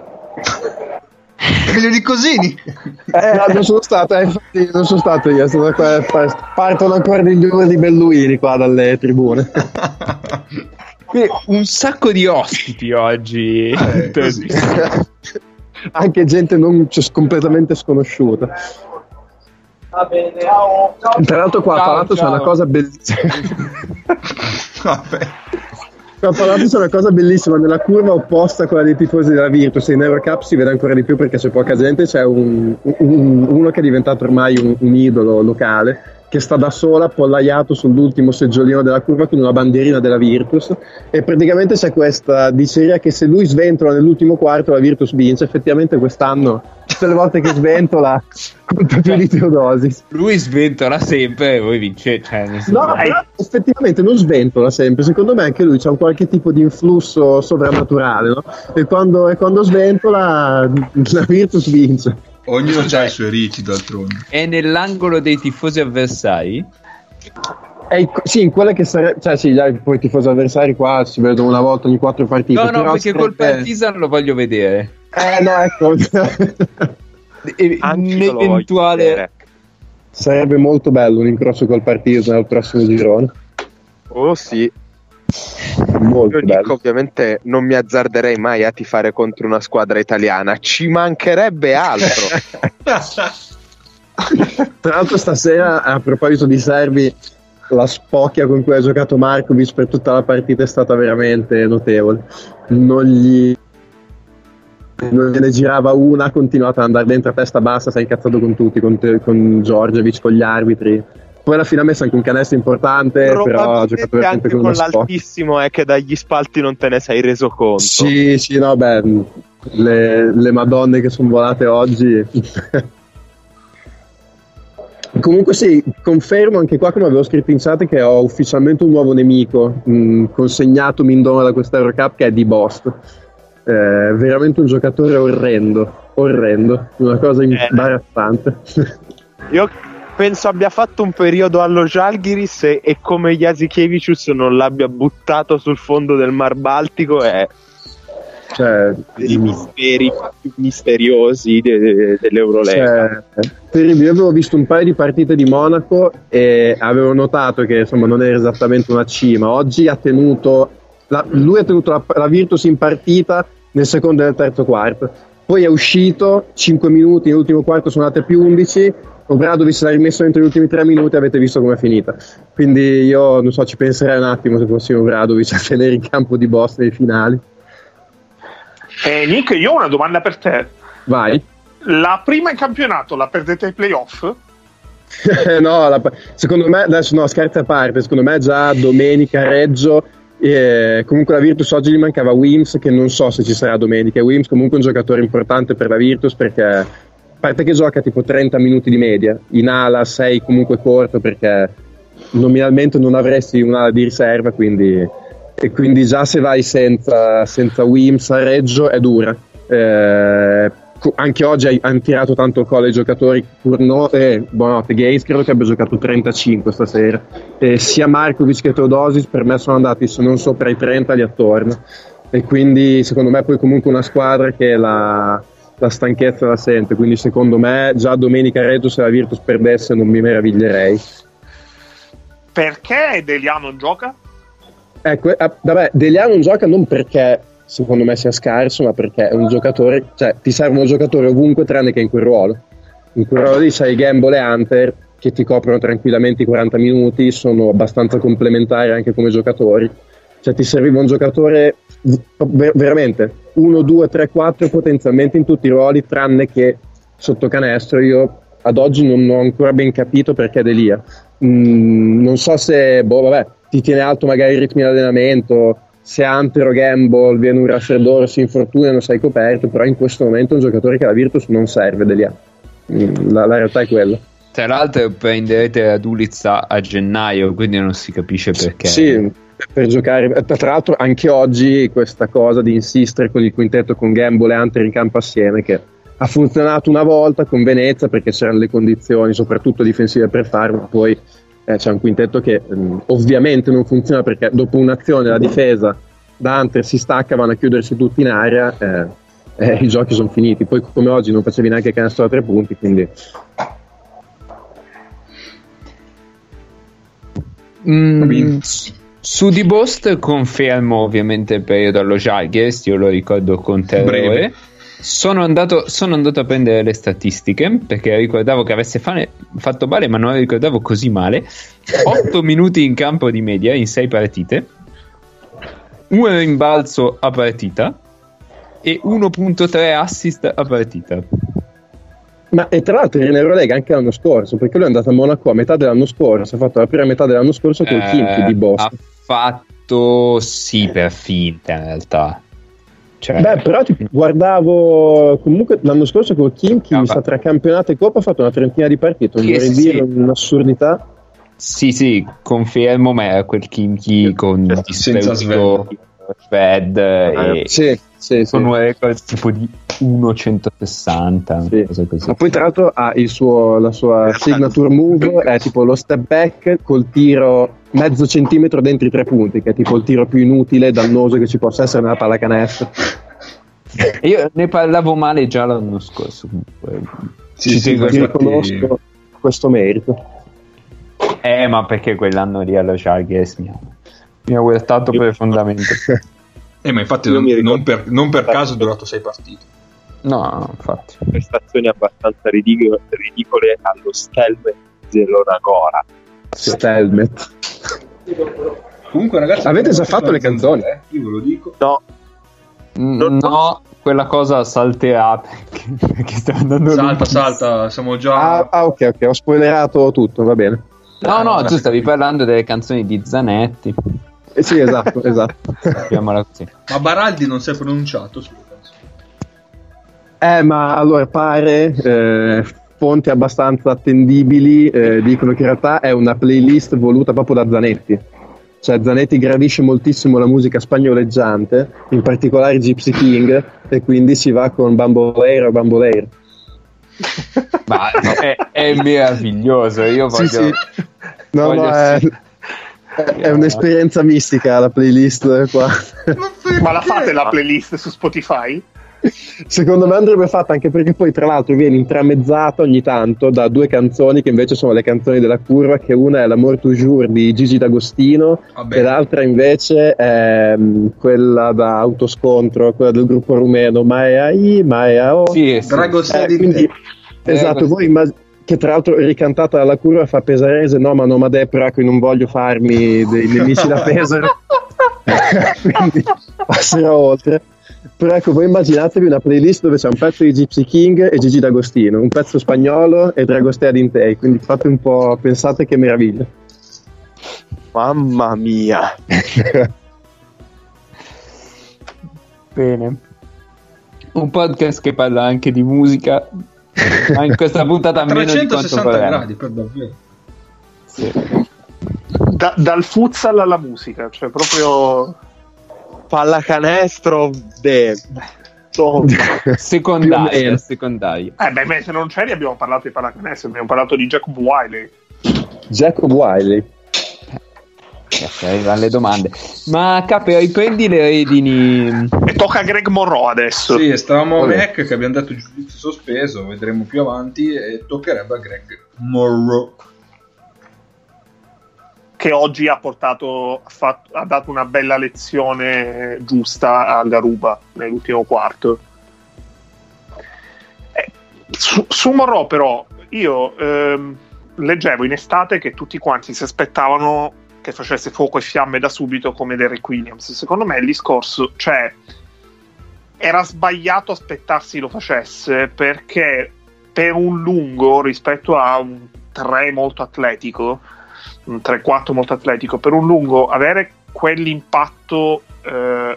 Meglio di così. Eh, non sono stato, eh, infatti non sono stato io, sono qua, partono ancora degli urli belluini qua dalle tribune. Quindi un sacco di ospiti oggi. Eh, così. Anche gente non cioè, completamente sconosciuta. Va bene. Ciao. Tra l'altro qua Ciao, a Palato c'è una cosa bellissima. Vabbè. Qua a Palato c'è una cosa bellissima, nella curva opposta a quella dei tifosi della Virtus, in Eurocup si vede ancora di più perché c'è poca gente, c'è un, un, uno che è diventato ormai un, un idolo locale, che sta da sola appollaiato sull'ultimo seggiolino della curva con una bandierina della Virtus, e praticamente c'è questa diceria che se lui sventola nell'ultimo quarto la Virtus vince. Effettivamente quest'anno tutte le volte che sventola conta più di Teodosic. Lui sventola sempre e voi vince, cioè, no, però effettivamente non sventola sempre, secondo me anche lui c'ha un qualche tipo di influsso sovrannaturale, no? E quando, e quando sventola la Virtus vince. Ognuno ha i suoi riti d'altronde. È nell'angolo dei tifosi avversari? È, sì, in quelle che sarebbe, cioè sì, dai, poi i tifosi avversari qua si vedono una volta ogni quattro partite. No, no, però perché sarebbe... col Partizan lo voglio vedere. Eh, no, ecco. E, un eventuale sarebbe molto bello un incrocio col Partizan al prossimo girone. Oh sì. Molto Io bello. dico, ovviamente non mi azzarderei mai a tifare contro una squadra italiana, ci mancherebbe altro. Tra l'altro stasera, a proposito di serbi, la spocchia con cui ha giocato Markovic per tutta la partita è stata veramente notevole. Non gli non gliene girava una, ha continuato ad andare dentro a testa bassa, si è incazzato con tutti, con, con Djordjevic, con gli arbitri. Poi alla fine ha messo anche un canestro importante, però ha giocato veramente con uno spocchio. L'altissimo è che dagli spalti non te ne sei reso conto. Sì, sì, no, beh, le, le madonne che sono volate oggi. Comunque sì, confermo anche qua, come avevo scritto in chat, che ho ufficialmente un nuovo nemico mh, consegnato Mindoma da questa Eurocup, che è Di Bost. Eh, veramente un giocatore orrendo, orrendo, una cosa imbarazzante. Io penso abbia fatto un periodo allo Žalgiris e, e come Jasikevicius non l'abbia buttato sul fondo del Mar Baltico è cioè, dei misteri più misteriosi de, de, dell'Eurolega. Cioè, terribile. Io avevo visto un paio di partite di Monaco e avevo notato che insomma non era esattamente una cima. Oggi ha tenuto la, lui ha tenuto la, la Virtus in partita nel secondo e nel terzo quarto, poi è uscito cinque minuti, nell'ultimo quarto sono andate più undici, Obradovic l'ha rimesso dentro gli ultimi tre minuti, avete visto com'è finita. Quindi io non so, ci penserei un attimo se fossi Obradovic a tenere il campo di boss nei finali. Eh, Nick, io ho una domanda per te. Vai. La prima in campionato la perdete ai playoff? No, la, secondo me, adesso no, scherzi a parte, secondo me già domenica Reggio, eh, comunque la Virtus oggi gli mancava Wims, che non so se ci sarà domenica. Wims comunque è un giocatore importante per la Virtus, perché a parte che gioca tipo trenta minuti di media, in ala sei comunque corto, perché nominalmente non avresti un'ala di riserva, quindi, e quindi già se vai senza, senza Wims a Reggio è dura. Eh, anche oggi hanno tirato tanto il collo ai giocatori. Curno, eh, buonanotte, Gaines credo che abbia giocato trentacinque stasera, e sia Markovic che Teodosis per me sono andati, se non sopra i trenta, lì attorno, e quindi secondo me poi comunque una squadra che la, la stanchezza la sente, quindi secondo me già domenica Reggio, se la Virtus perdesse non mi meraviglierei. Perché Delia non gioca? Ecco, eh, vabbè, Delia non gioca non perché secondo me sia scarso, ma perché è un giocatore, cioè ti servono giocatori ovunque tranne che in quel ruolo. In quel ruolo lì c'hai Gamble e Hunter che ti coprono tranquillamente i quaranta minuti, sono abbastanza complementari anche come giocatori. Cioè ti serviva un giocatore ver- veramente uno, due, tre, quattro potenzialmente in tutti i ruoli, tranne che sotto canestro. Io ad oggi non ho ancora ben capito perché Delia. Mm, non so se, boh, vabbè, ti tiene alto magari i ritmi di allenamento, se Hunter o Gamble viene un raffreddore, si infortuna e non sei coperto, però in questo momento è un giocatore che la Virtus non serve, Delia. La, la realtà è quella. Tra l'altro prenderete la Dulitza a gennaio, quindi non si capisce perché. Sì, per giocare. Tra l'altro anche oggi questa cosa di insistere con il quintetto con Gamble e Hunter in campo assieme, che ha funzionato una volta con Venezia perché c'erano le condizioni soprattutto difensive per farlo, ma poi Eh, c'è un quintetto che mh, ovviamente non funziona, perché dopo un'azione la difesa da Hunter si stacca, vanno a chiudersi tutti in area, eh, eh, i giochi sono finiti. Poi come oggi non facevi neanche il canestro da tre punti, quindi mm, su Di Bost confermo ovviamente il periodo allo Žalgiris, io lo ricordo con terrore. Sono andato, sono andato a prendere le statistiche perché ricordavo che avesse fane, fatto male, ma non lo ricordavo così male. otto minuti in campo di media in sei partite, un rimbalzo a partita e uno virgola tre assist a partita. Ma e tra l'altro in Eurolega anche l'anno scorso, perché lui è andato a Monaco a metà dell'anno scorso, ha fatto la prima metà dell'anno scorso col eh, Khimki di Bost. Ha fatto sì per finta in realtà. Cioè, beh, però ti guardavo comunque l'anno scorso con Khimki, ah, mi sa tra campionato e Coppa ha fatto una trentina di partite, non vorrei sì, dire sì. un'assurdità. Sì, sì, confermo, ma era quel Khimki con senza Sved, Sved e sì, sì, con sì. un record tipo di uno virgola centosessanta, Sì. cosa così. Ma poi tra l'altro ha il suo, la sua signature move è tipo lo step back col tiro mezzo centimetro dentro i tre punti, che è tipo il tiro più inutile e dannoso che ci possa essere nella pallacanestro. Io ne parlavo male già l'anno scorso, comunque. Sì, Ci sì, tengo a Ti infatti- riconosco questo merito. Eh, ma perché quell'anno lì allo Žalgiris mi ha, mi ha guardato profondamente. Eh, ma infatti Io non, mi ricordo- non per, non per caso è durato sei partite. No, no, infatti. Prestazioni abbastanza ridicole, ridicole allo Stelmet Zelonagora. Stelmet. Comunque ragazzi, Avete già fatto le canzoni? Eh, io ve lo dico. No, No, no, quella cosa salterà perché, perché sta andando Salta, lunghissimo. salta, siamo Ah, già... ah, ok, ok, ho spoilerato tutto, va bene. No, no, tu stavi parlando delle canzoni di Zanetti. Eh, sì, esatto, esatto. Chiamala così. Ma Baraldi non si è pronunciato sulle canzoni. Eh, ma allora pare, eh, fonti abbastanza attendibili eh, dicono che in realtà è una playlist voluta proprio da Zanetti. Cioè Zanetti gradisce moltissimo la musica spagnoleggiante, in particolare Gypsy King, e quindi si va con Bamboleiro Bamboleiro. Ma è, è meraviglioso. Io voglio. Sì, sì. No, voglio no, è, sì. è, è un'esperienza mistica la playlist qua. Ma la fate la playlist su Spotify? Secondo me andrebbe fatta, anche perché poi tra l'altro viene intramezzato ogni tanto da due canzoni che invece sono le canzoni della curva, che una è l'Amour Toujours di Gigi D'Agostino Vabbè. e l'altra invece è um, quella da autoscontro, quella del gruppo rumeno Maea I, Maea O. Sì, sì. Dragostea Eh, di quindi, te. esatto, voi immag- che tra l'altro ricantata dalla curva fa pesarese, no ma non m'adè, però ecco, non voglio farmi dei nemici da Pesaro. Quindi passerò oltre. Però ecco, voi immaginatevi una playlist dove c'è un pezzo di Gypsy King e Gigi D'Agostino, un pezzo spagnolo e Dragostea d'Intei, quindi fate un po', pensate che meraviglia. Mamma mia. Bene. Un podcast che parla anche di musica, ma in questa puntata meno di quanto trecentosessanta vorremmo. gradi, per davvero. Sì. Da- dal futsal alla musica, cioè proprio Pallacanestro de Più o Secondaria, meno. secondaria. eh beh, beh, se non c'eri abbiamo parlato di pallacanestro, abbiamo parlato di Jacob Wiley. Jacob Wiley. Adesso arrivano le domande. Ma Cape, riprendi le redini. E tocca a Greg Monroe adesso. Sì, stavamo a Vabbè. Mac che abbiamo detto giudizio sospeso, vedremo più avanti, e toccherebbe a Greg Monroe. Che oggi ha portato ha, fatto, ha dato una bella lezione giusta alla Ruba nell'ultimo quarto. Eh, su, su Monroe però io ehm, leggevo in estate che tutti quanti si aspettavano che facesse fuoco e fiamme da subito come Derek Williams. Secondo me il discorso, cioè, era sbagliato aspettarsi lo facesse, perché per un lungo rispetto a un tre molto atletico, un tre quattro molto atletico, per un lungo avere quell'impatto eh,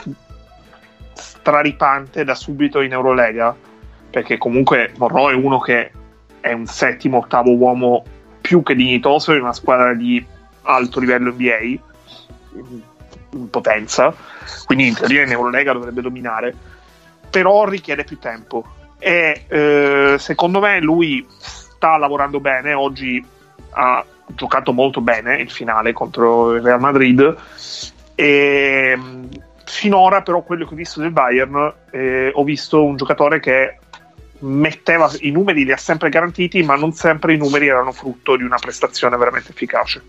straripante da subito in Eurolega, perché comunque Monroe è uno che è un settimo ottavo uomo più che dignitoso in una squadra di alto livello N B A in potenza, quindi in teoria in Eurolega dovrebbe dominare, però richiede più tempo e eh, secondo me lui sta lavorando bene. Oggi ha giocato molto bene il finale contro il Real Madrid e finora però quello che ho visto del Bayern eh, ho visto un giocatore che metteva i numeri, li ha sempre garantiti, ma non sempre i numeri erano frutto di una prestazione veramente efficace.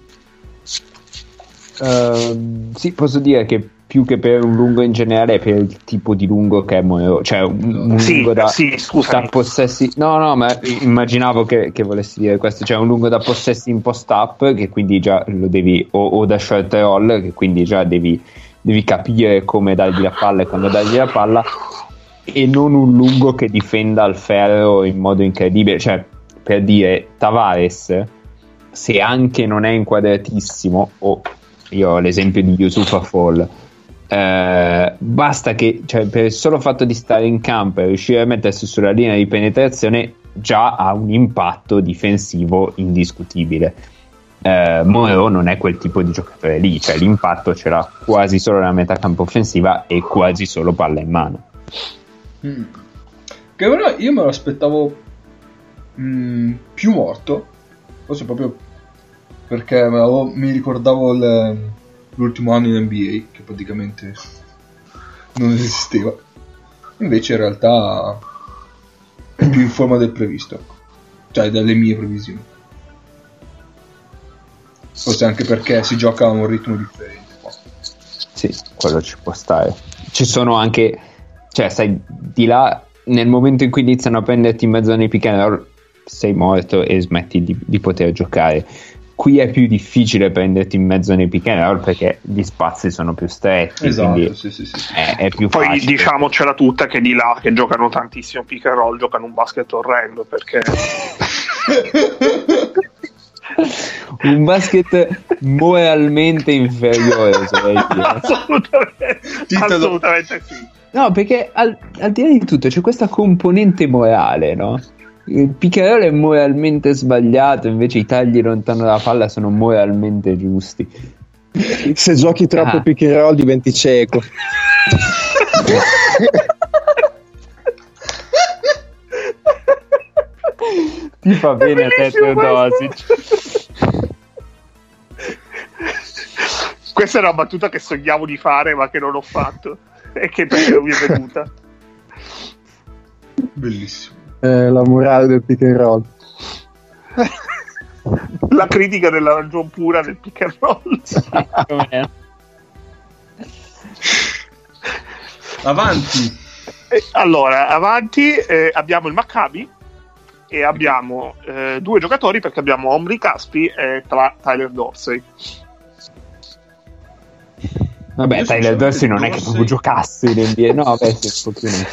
Uh, sì, posso dire che più che per un lungo in generale è per il tipo di lungo che è Monroe, cioè un, un Sì, lungo da, sì, scusami. da possessi. No, no, ma immaginavo che, che volessi dire questo, cioè un lungo da possessi in post-up che quindi già lo devi, o, o da short roll che quindi già devi, devi capire come dargli la palla e quando dargli la palla, e non un lungo che difenda il ferro in modo incredibile. Cioè, per dire, Tavares, se anche non è inquadratissimo, o io ho l'esempio di Yusufa Fall, eh, basta che, cioè, per il solo fatto di stare in campo e riuscire a mettersi sulla linea di penetrazione già ha un impatto difensivo indiscutibile. eh, Monroe non è quel tipo di giocatore lì, cioè l'impatto ce l'ha quasi solo nella metà campo offensiva e quasi solo palla in mano. Mm. Che però io me lo aspettavo mm, più morto, forse proprio perché me l'avevo- mi ricordavo il- l'ultimo anno in N B A che praticamente non esisteva, invece in realtà è più in forma del previsto, cioè dalle mie previsioni, forse anche perché si gioca a un ritmo differente qua. Sì, quello ci può stare. Ci sono anche, cioè, sai, di là, nel momento in cui iniziano a prenderti in mezzo nei pick and roll, sei morto e smetti di, di poter giocare. Qui è più difficile prenderti in mezzo nei pick and roll perché gli spazi sono più stretti, Esatto, quindi sì, sì, sì, sì. è, è più Poi facile. diciamocela tutta che di là che giocano tantissimo pick and roll giocano un basket orrendo, perché Un basket moralmente inferiore, oserei dire. assolutamente, Titolo. assolutamente sì. No, perché al, al di là di tutto c'è questa componente morale, no? Il pick and roll è moralmente sbagliato, invece i tagli lontano dalla palla sono moralmente giusti. Se giochi troppo Ah. pick and roll diventi cieco. Ti fa bene a te, bellissimo Teodosic. Questa è una battuta che sognavo di fare ma che non ho fatto e che perché non mi è venuta. Bellissimo. Eh, la morale del pick and roll. La critica della ragion pura del pick and roll. Com'è? Avanti. Eh, allora, avanti eh, abbiamo il Maccabi e abbiamo eh, due giocatori, perché abbiamo Omri Caspi e tra Tyler Dorsey. Vabbè, Io Tyler Dorsey non è che Dorsey- proprio giocasse in N B A. No, vabbè, sì, un pochino.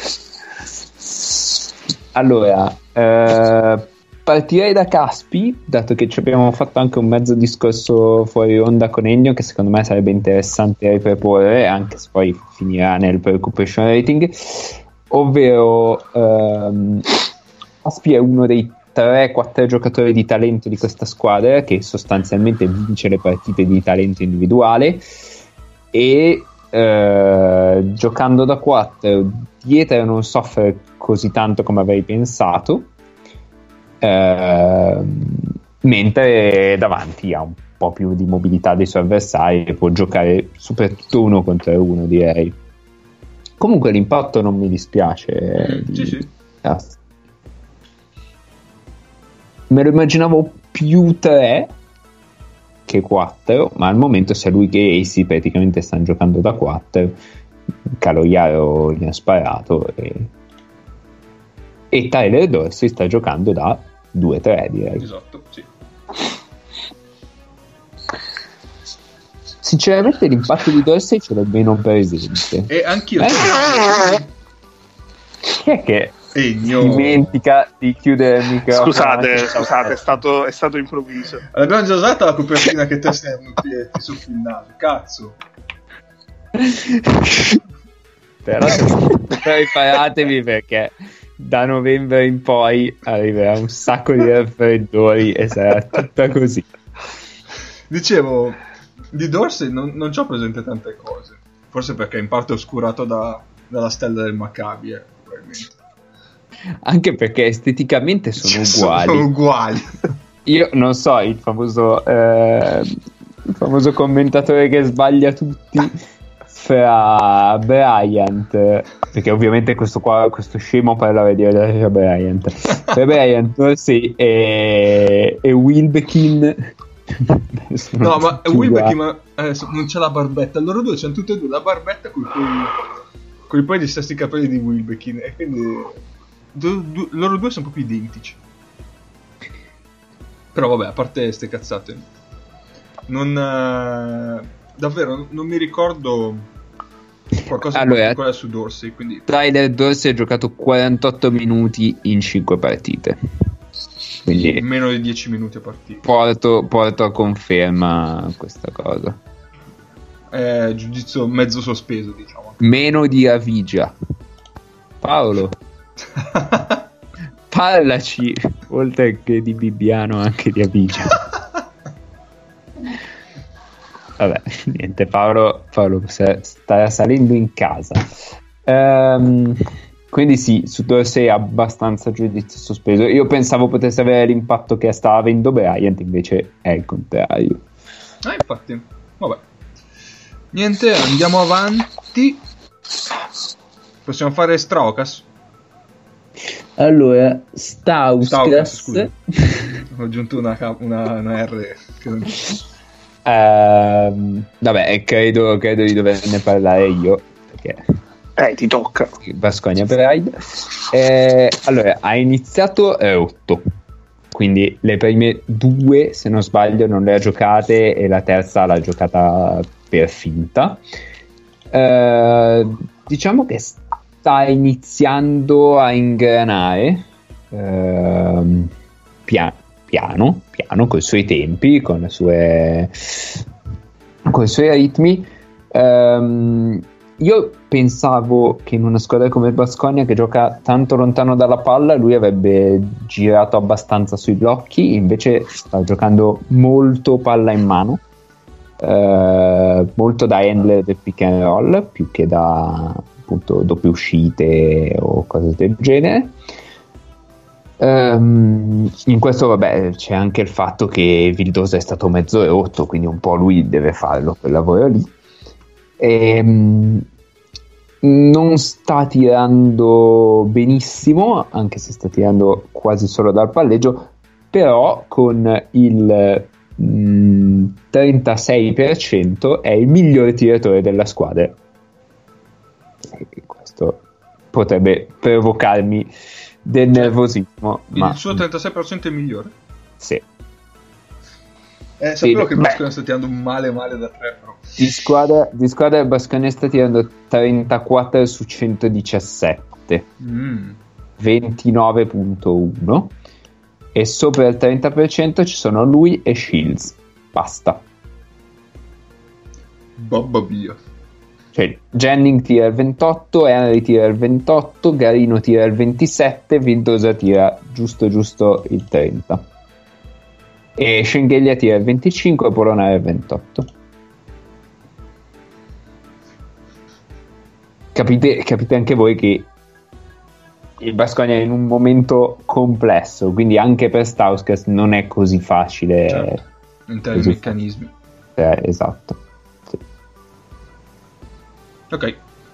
Allora, eh, partirei da Caspi, dato che ci abbiamo fatto anche un mezzo discorso fuori onda con Ennio, che secondo me sarebbe interessante riproporre, anche se poi finirà nel preoccupation rating, ovvero ehm, Caspi è uno dei tre quattro giocatori di talento di questa squadra, che sostanzialmente vince le partite di talento individuale, e eh, giocando da quattro dietro non soffre così tanto come avrei pensato, eh, mentre davanti ha un po' più di mobilità dei suoi avversari e può giocare soprattutto uno contro uno, direi. Comunque l'impatto non mi dispiace. Sì, sì. Cazzo. Me lo immaginavo più tre che quattro, ma al momento sia lui che Acy praticamente stanno giocando da quattro. Caloiaro gli ha sparato e, e Tyler Dorsey sta giocando da due tre, direi. Esatto, sì. Sinceramente l'impatto di Dorsey ce l'ho meno presente. E anch'io. Eh? Chi è che Ennio. dimentica di chiudere il microfono? Scusate, scusate, è stato, è stato improvviso. Abbiamo già usato la copertina che te sei venuti sul naso. Cazzo. Però preparatevi, perché da novembre in poi arriverà un sacco di raffreddori e sarà tutta così. Dicevo, di Dorsey non, non c'ho presente tante cose. Forse perché in parte oscurato da, dalla stella del Maccabi, eh, probabilmente. Anche perché esteticamente sono Cioè, uguali. Sono uguali. Io non so, il famoso eh, il famoso commentatore che sbaglia tutti fra Bryant, perché ovviamente questo qua, questo scemo parlava di Elijah Bryant, fra Bryant, Dorsey e, e Wilbekin. No, ma Wilbekin ma, eh, non c'è la barbetta. Loro due c'hanno tutte e due la barbetta con i poi di stessi capelli di Wilbekin, e quindi du, du, loro due sono proprio identici. Però vabbè, a parte ste cazzate, non eh, davvero non mi ricordo qualcosa allora, di particolare su Dorsey, quindi Tyler Dorsey ha giocato quarantotto minuti in cinque partite, quindi meno di dieci minuti a partita. porto, porto a conferma questa cosa. È giudizio mezzo sospeso, diciamo. Meno di Avigia. Paolo, parlaci, oltre che di Bibbiano, anche di Avigia. Vabbè, niente, Paolo, Paolo sta salendo in casa. Ehm, quindi sì, su Dorsey abbastanza giudizio sospeso. Io pensavo potesse avere l'impatto che stava avendo Bryant, invece è il contrario. Ah, infatti, vabbè. Niente, andiamo avanti. Possiamo fare Straukas? Allora, Stauskas, Stauskas, scusa. Ho aggiunto una, una, una R che non c'è. Uh, vabbè, credo, credo di doverne parlare io, perché eh, ti tocca. Baskonia Pride. Eh, allora, ha iniziato rotto, quindi le prime due, se non sbaglio, non le ha giocate e la terza l'ha giocata per finta. Uh, diciamo che sta iniziando a ingranare uh, piano piano, piano, con i suoi tempi, con le sue con i suoi ritmi. Um, io pensavo che in una squadra come il Baskonia, che gioca tanto lontano dalla palla, lui avrebbe girato abbastanza sui blocchi, invece sta giocando molto palla in mano, uh, molto da handler del pick and roll più che da appunto doppie uscite o cose del genere. Um, in questo vabbè c'è anche il fatto che Vildosa è stato mezzo rotto, quindi un po' lui deve farlo quel lavoro lì. E, um, non sta tirando benissimo, anche se sta tirando quasi solo dal palleggio, però con il mh, trentasei per cento è il migliore tiratore della squadra. E questo potrebbe provocarmi del nervosismo. Il ma... suo trentasei per cento è il migliore? Sì. Eh, sapevo Sì, che Baskonia sta tirando male male da tre, però. Di squadra, di squadra Baskonia sta tirando trentaquattro su centodiciassette, Mm. ventinove virgola uno, e sopra il trenta per cento ci sono lui e Shields. Basta. Babba via. Cioè, Jennings tira il ventotto, Henry tira il ventotto, Garino tira il ventisette, Vildosa tira giusto giusto il trenta. E Schengelia tira il venticinque e Polonare il ventotto. Capite, capite anche voi che il Baskonia è in un momento complesso, quindi anche per Stauskas non è così facile. Certo, in termini di meccanismi. Eh, esatto. Sì. Ok.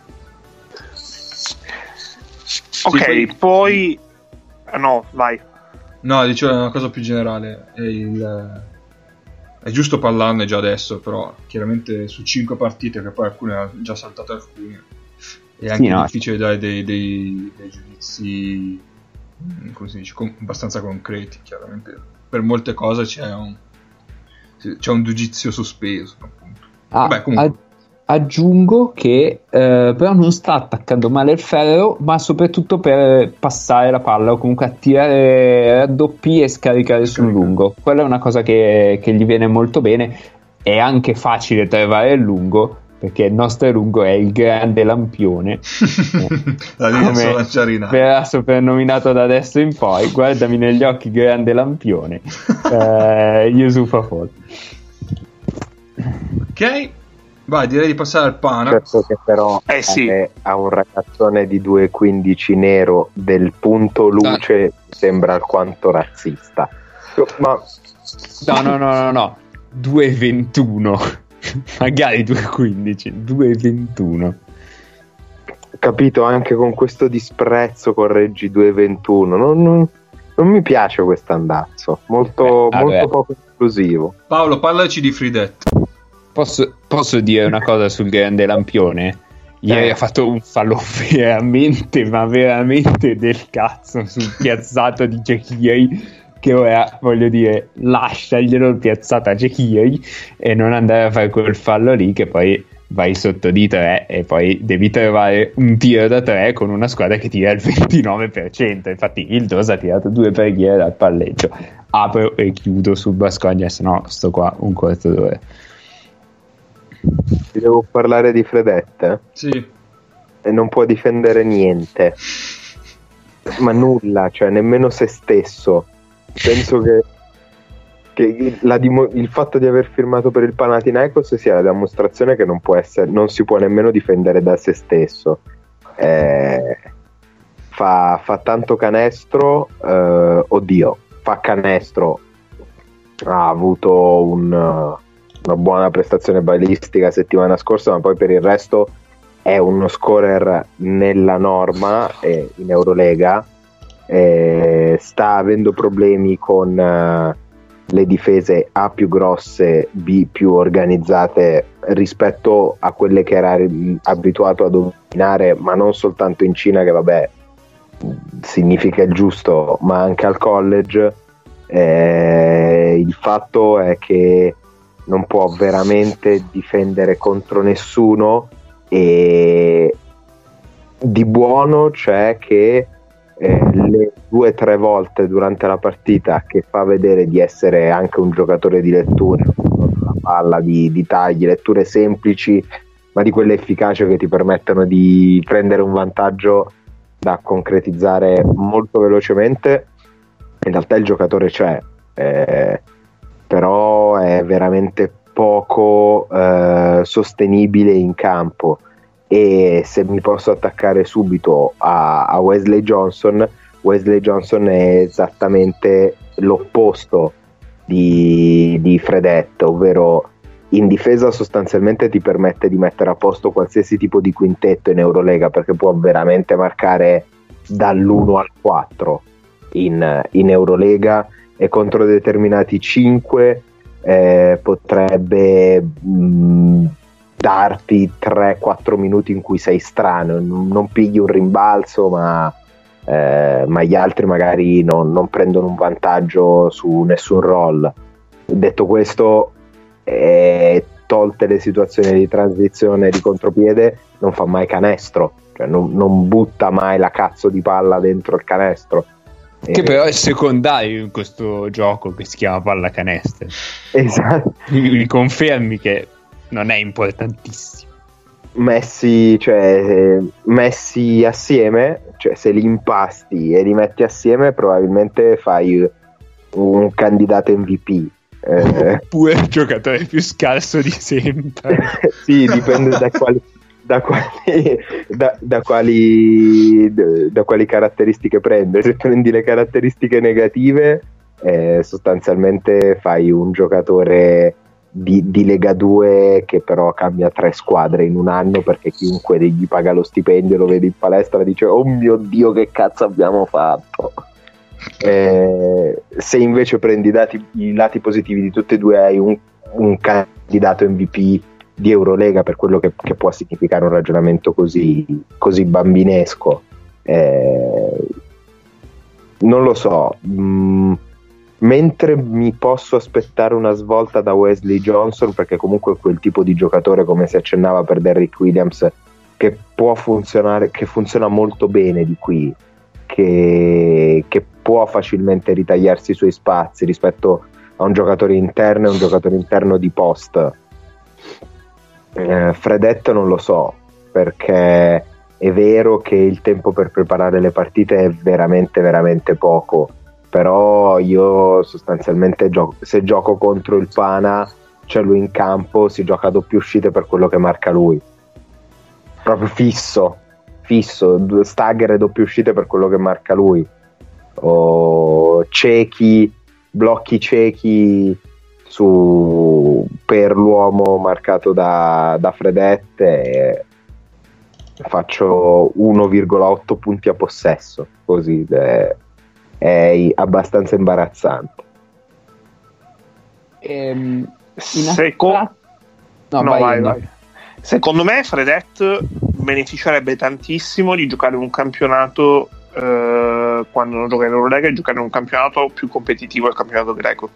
Ok, Sì, poi... ah, no, vai. No, dicevo una cosa più generale. È, il... è giusto parlarne già adesso, però chiaramente su cinque partite, che poi alcune ha già saltato alcune, è anche Sì, no. difficile dare dei, dei, dei giudizi, come si dice, con- abbastanza concreti. Chiaramente per molte cose c'è un, c'è un giudizio sospeso, appunto. Ah, Vabbè, comunque. ag- aggiungo che eh, però non sta attaccando male il ferro, ma soprattutto per passare la palla o comunque attirare raddoppi e scaricare sul lungo. Quella è una cosa che, che gli viene molto bene. È anche facile trovare il lungo, perché il nostro lungo è il grande lampione. La Come lanciarina. verrà soprannominato da adesso in poi. Guardami negli occhi, grande lampione. eh, Yusufa Fall. Ok, vai, direi di passare al pana. Certo che però Eh, sì. è- a un ragazzone di due virgola quindici nero del punto luce sembra alquanto razzista. Ma No, no, no, no, no. due virgola ventuno. Magari due virgola quindici. due virgola ventuno. capito, anche con questo disprezzo correggi due virgola ventuno. Non, non, non mi piace questo andazzo. Molto, Eh, molto vabbè. poco inclusivo. Paolo, parlaci di Freedet. Posso, posso dire una cosa sul grande lampione? Ieri Eh. ha fatto un fallo veramente, ma veramente del cazzo sul piazzato di Jekiri, che ora, voglio dire, lasciaglielo il piazzato a Jekiri e non andare a fare quel fallo lì, che poi vai sotto di tre e poi devi trovare un tiro da tre con una squadra che tira il ventinove per cento. Infatti il Dos ha tirato due preghiere dal palleggio. Apro e chiudo sul Baskonia, se no sto qua un quarto d'ora. Ti devo parlare di Fredette Sì. e non può difendere niente, ma nulla, cioè nemmeno se stesso. Penso che, che la dimo- il fatto di aver firmato per il Panathinaikos sia la dimostrazione che non può essere, non si può nemmeno difendere da se stesso. Eh, fa, fa tanto canestro, eh, oddio, fa canestro, ha avuto un, una buona prestazione balistica settimana scorsa, ma poi per il resto è uno scorer nella norma eh, in Eurolega. Eh, sta avendo problemi con eh, le difese A più grosse, B più organizzate rispetto a quelle che era ri- abituato a dominare, ma non soltanto in Cina, che vabbè significa il giusto, ma anche al college. Eh, il fatto è che non può veramente difendere contro nessuno, e di buono c'è che eh, le due o tre volte durante la partita che fa vedere di essere anche un giocatore di lettura, la palla di, di tagli, letture semplici ma di quelle efficaci che ti permettono di prendere un vantaggio da concretizzare molto velocemente. In realtà il giocatore c'è, eh, però è veramente poco eh, sostenibile in campo. E se mi posso attaccare subito a, a Wesley Johnson, Wesley Johnson è esattamente l'opposto di, di Fredette, ovvero in difesa sostanzialmente ti permette di mettere a posto qualsiasi tipo di quintetto in Eurolega, perché può veramente marcare dall'uno al quattro in, in Eurolega, e contro determinati cinque eh, potrebbe mh, darti tre quattro minuti in cui sei strano, non, non pigli un rimbalzo, ma, eh, ma gli altri magari non, non prendono un vantaggio su nessun roll. Detto questo, eh, tolte le situazioni di transizione di contropiede, non fa mai canestro, cioè non, non butta mai la cazzo di palla dentro il canestro, che però è secondario in questo gioco che si chiama pallacanestro. Esatto. Mi confermi che non è importantissimo. Messi, cioè, messi assieme, cioè se li impasti e li metti assieme, probabilmente fai un candidato M V P. Eh, Oppure il giocatore più scarso di sempre. Sì, dipende da quali, da quali, da, da quali, da quali caratteristiche prende. Se prendi le caratteristiche negative, eh, sostanzialmente fai un giocatore di, di Lega due che però cambia tre squadre in un anno, perché chiunque gli paga lo stipendio, lo vede in palestra e dice: oh mio Dio, che cazzo abbiamo fatto. Eh, se invece prendi i, dati, i lati positivi di tutte e due, hai un, un candidato M V P di Eurolega, per quello che, che può significare un ragionamento così, così bambinesco. Eh, non lo so, mm, mentre mi posso aspettare una svolta da Wesley Johnson, perché comunque è quel tipo di giocatore, come si accennava per Derrick Williams, che può funzionare, che funziona molto bene di qui, che, che può facilmente ritagliarsi i suoi spazi rispetto a un giocatore interno e un giocatore interno di post. eh, Fredette non lo so, perché è vero che il tempo per preparare le partite è veramente veramente poco, però io sostanzialmente gioco, se gioco contro il Pana, c'è lui in campo, si gioca a doppie uscite per quello che marca lui, proprio fisso fisso, stagger e doppie uscite per quello che marca lui, o ciechi, blocchi ciechi su, per l'uomo marcato da, da Fredette, e faccio uno virgola otto punti a possesso, così è, è abbastanza imbarazzante. Ehm, Seco- no, no, vai, vai, vai. Secondo me Fredette beneficerebbe tantissimo di giocare in un campionato, eh, quando non gioca in Eurolega, e giocare in un campionato più competitivo, il campionato greco.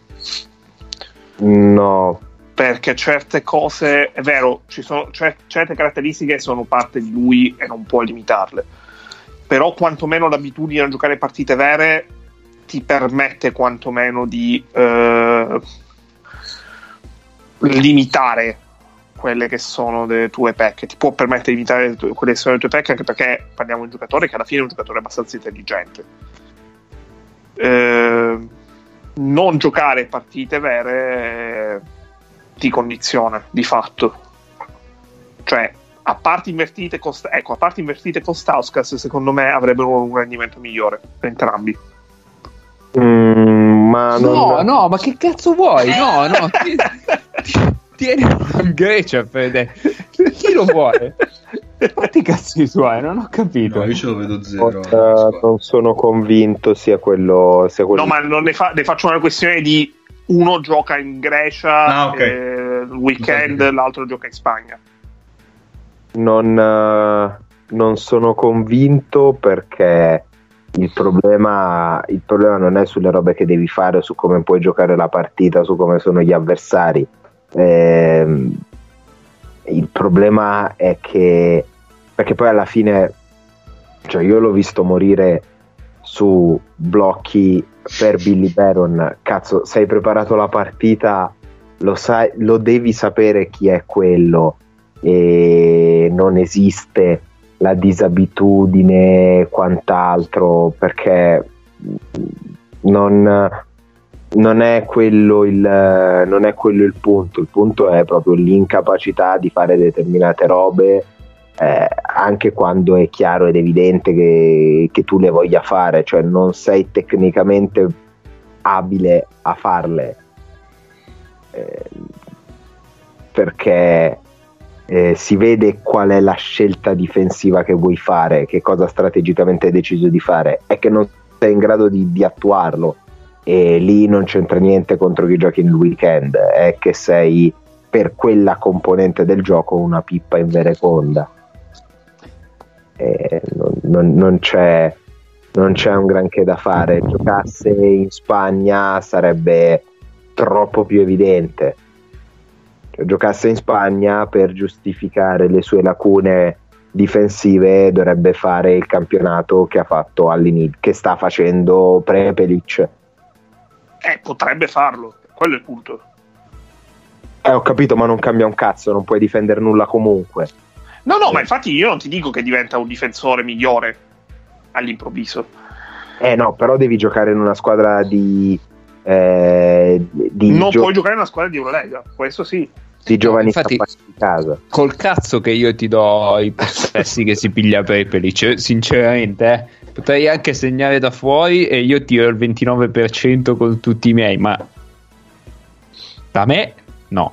No, perché certe cose, è vero, ci sono c- certe caratteristiche sono parte di lui e non può limitarle, però quantomeno l'abitudine a giocare partite vere ti permette quantomeno di eh, limitare quelle che sono le tue pecche, ti può permettere di limitare quelle che sono le tue pecche, anche perché parliamo di un giocatore che alla fine è un giocatore abbastanza intelligente. Eh, non giocare partite vere eh, ti condiziona di fatto, cioè a parti invertite con, ecco, a parti invertite con Stauskas, secondo me avrebbero un rendimento migliore entrambi. Mm, ma non... no no ma che cazzo vuoi? No no ti, ti, tieni in Grecia, Fede. Chi lo vuole? Fatti cazzi suoi, non ho capito. No, io ce lo vedo zero. Uh, non sono convinto sia quello, sia quello. No, ma non ne, fa, ne faccio una questione di uno gioca in Grecia, ah, okay. eh, il weekend, okay. L'altro gioca in Spagna. Non, uh, non sono convinto, perché il problema, il problema non è sulle robe che devi fare, su come puoi giocare la partita, su come sono gli avversari. Eh, il problema è che, perché poi alla fine, cioè io l'ho visto morire su blocchi per Billy Baron. Cazzo, sei preparato la partita, lo sai, lo devi sapere chi è quello, e non esiste la disabitudine, quant'altro, perché non non è quello il non è quello il punto. Il punto è proprio l'incapacità di fare determinate robe, eh, anche quando è chiaro ed evidente che, che tu le voglia fare, cioè non sei tecnicamente abile a farle. Eh, perché eh, si vede qual è la scelta difensiva che vuoi fare, che cosa strategicamente hai deciso di fare, è che non sei in grado di, di attuarlo, e lì non c'entra niente contro chi giochi il weekend, è che sei per quella componente del gioco una pippa in vereconda. E non, non, non c'è non c'è un granché da fare. Giocasse in Spagna sarebbe troppo più evidente. Cioè, giocasse in Spagna, per giustificare le sue lacune difensive dovrebbe fare il campionato che ha fatto all'inizio, che sta facendo Prepelic. Eh, potrebbe farlo, quello è il punto. Eh, ho capito, ma non cambia un cazzo, non puoi difendere nulla comunque. No, no, ma infatti io non ti dico che diventa un difensore migliore all'improvviso. Eh no, però devi giocare in una squadra di... Eh, di non gio- puoi giocare in una squadra di Eurolega, questo sì. Di giovani Infatti, capaci di casa. Col cazzo che io ti do i possessi che si piglia Prepelic, sinceramente, eh, potrei anche segnare da fuori e io tiro il ventinove per cento con tutti i miei, ma da me no.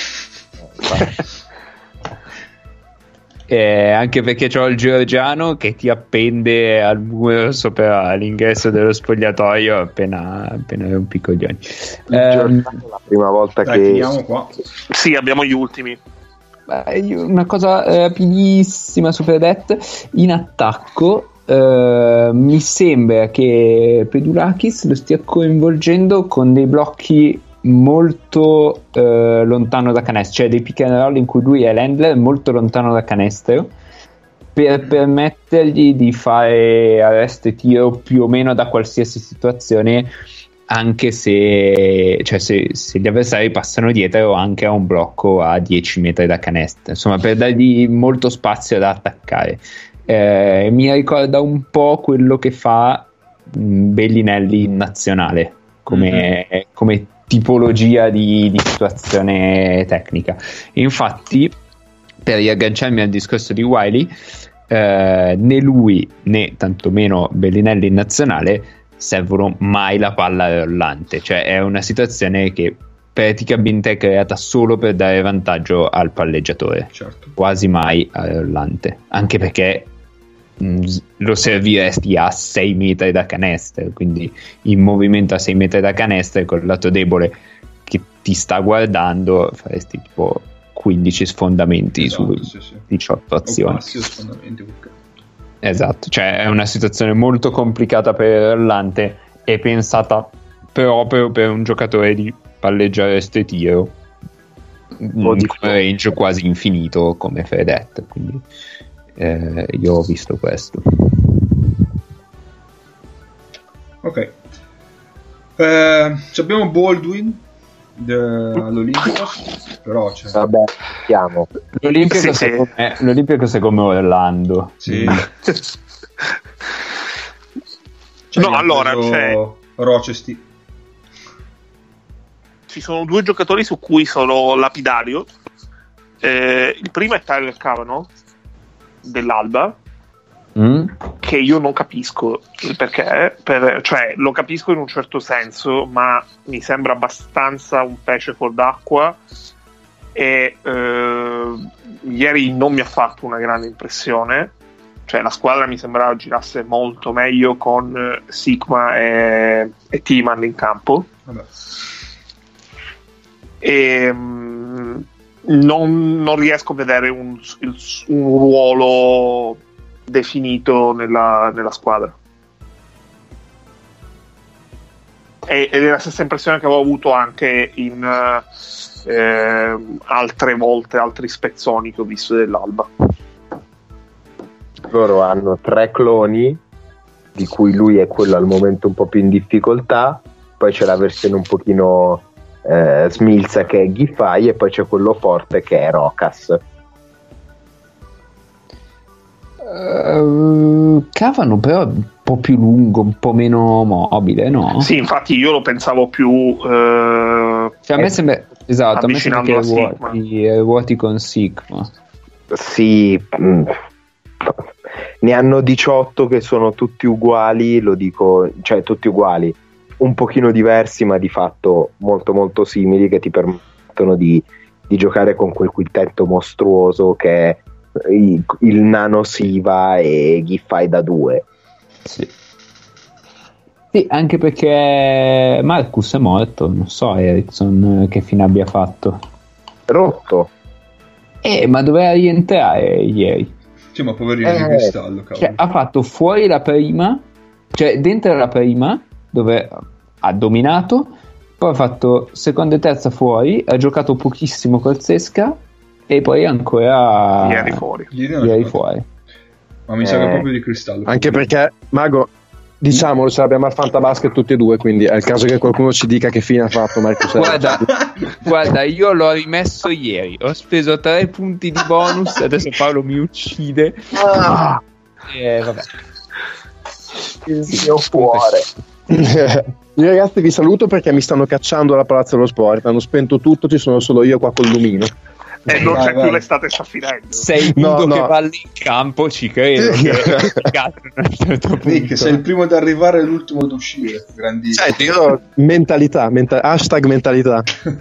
Eh, anche perché c'ho il georgiano che ti appende al muro sopra l'ingresso dello spogliatoio appena, appena rompi i coglioni. Eh, la prima volta dai, che finiamo qua. Sì, abbiamo gli ultimi. Beh, io- una cosa eh, rapidissima su Predet in attacco. eh, mi sembra che Pedulakis lo stia coinvolgendo con dei blocchi molto eh, lontano da canestro, cioè dei pick and roll in cui lui è l'handler molto lontano da canestro, per permettergli di fare arresto e tiro più o meno da qualsiasi situazione, anche se, cioè se, se gli avversari passano dietro, anche a un blocco a dieci metri da canestro, insomma, per dargli molto spazio da attaccare. Eh, mi ricorda un po' quello che fa mh, Bellinelli in nazionale come, mm-hmm. come tipologia di, di situazione tecnica. Infatti, per riagganciarmi al discorso di Wiley, eh, né lui né tantomeno Bellinelli in nazionale servono mai la palla rollante, cioè è una situazione che praticamente è creata solo per dare vantaggio al palleggiatore, certo. Quasi mai al rollante, anche perché mh, lo serviresti a sei metri da canestro, quindi in movimento a sei metri da canestro e col lato debole che ti sta guardando faresti tipo quindici sfondamenti, Esatto, su sì, sì. diciotto azioni. Passi o sfondamenti, ok. Esatto, cioè è una situazione molto complicata per Rollante e pensata proprio per un giocatore di palleggiare e tiro con un range quasi infinito come Fredet, quindi eh, io ho visto questo. Ok, eh, abbiamo Baldwin de- all'Olimpico, però c'è... Vabbè, chiamo. L'Olimpico, Sì, sì. secondo me, l'Olimpico secondo me Orlando. Sì. Mm. Cioè, No, abbiamo allora, preso c'è- Rochester. Ci sono due giocatori su cui sono lapidario. Eh, il primo è Tyler Cavanaugh dell'Alba, Mm? che io non capisco il perché, per- cioè lo capisco in un certo senso, ma mi sembra abbastanza un pesce fuor d'acqua e eh, ieri non mi ha fatto una grande impressione, cioè la squadra mi sembrava girasse molto meglio con eh, Sigma e, e Timan in campo. Vabbè. E mm, non, non riesco a vedere un, il- un ruolo definito nella, nella squadra. E- ed è la stessa impressione che avevo avuto anche in eh, eh, altre volte, altri spezzoni che ho visto dell'Alba. Loro hanno tre cloni, di cui lui è quello al momento un po' più in difficoltà, poi c'è la versione un pochino eh, smilza che è Giffai, e poi c'è quello forte che è Rocas. Uh, Cavano però è un po' più lungo, un po' meno mobile, no? Sì, infatti io lo pensavo più eh, Cioè, a me sembra, esatto, a me sembra che avvicinando a ruoti, ruoti con Sigma. Sì, mh, ne hanno diciotto che sono tutti uguali, lo dico, cioè tutti uguali, un pochino diversi ma di fatto molto molto simili, che ti permettono di di giocare con quel quintetto mostruoso che è il, il nano Siva e Giffai da due. Sì. Sì, anche perché Marcus è morto, non so Eriksson che fine abbia fatto. Rotto. Eh, ma doveva rientrare ieri. Sì, ma poverino Eh, di cristallo, cavolo. Cioè, ha fatto fuori la prima, cioè dentro la prima, dove ha dominato, poi ha fatto seconda e terza fuori, ha giocato pochissimo col Sesca e poi ancora Ieri fuori. Ieri non ieri è fuori. Ma mi sa che è Eh. proprio di cristallo. Anche perché, Mago, diciamolo, ce l'abbiamo al Fantabasket tutti e due, quindi è il caso che qualcuno ci dica che fine ha fatto Marcus. Guarda, guarda, io l'ho rimesso ieri, ho speso tre punti di bonus, adesso Paolo mi uccide. Ah, E vabbè. il mio cuore. Io ragazzi vi saluto perché mi stanno cacciando alla Palazzo dello Sport, hanno spento tutto, ci sono solo io qua col lumino. E non Vai, c'è vai. più, l'estate sta finendo. Sei No, nudo no. che balli in campo, ci credo. Che, cazzo, a un certo punto. Nick, sei il primo ad arrivare e l'ultimo ad uscire. Grandissimo. Senti, io mentalità, menta- hashtag mentalità.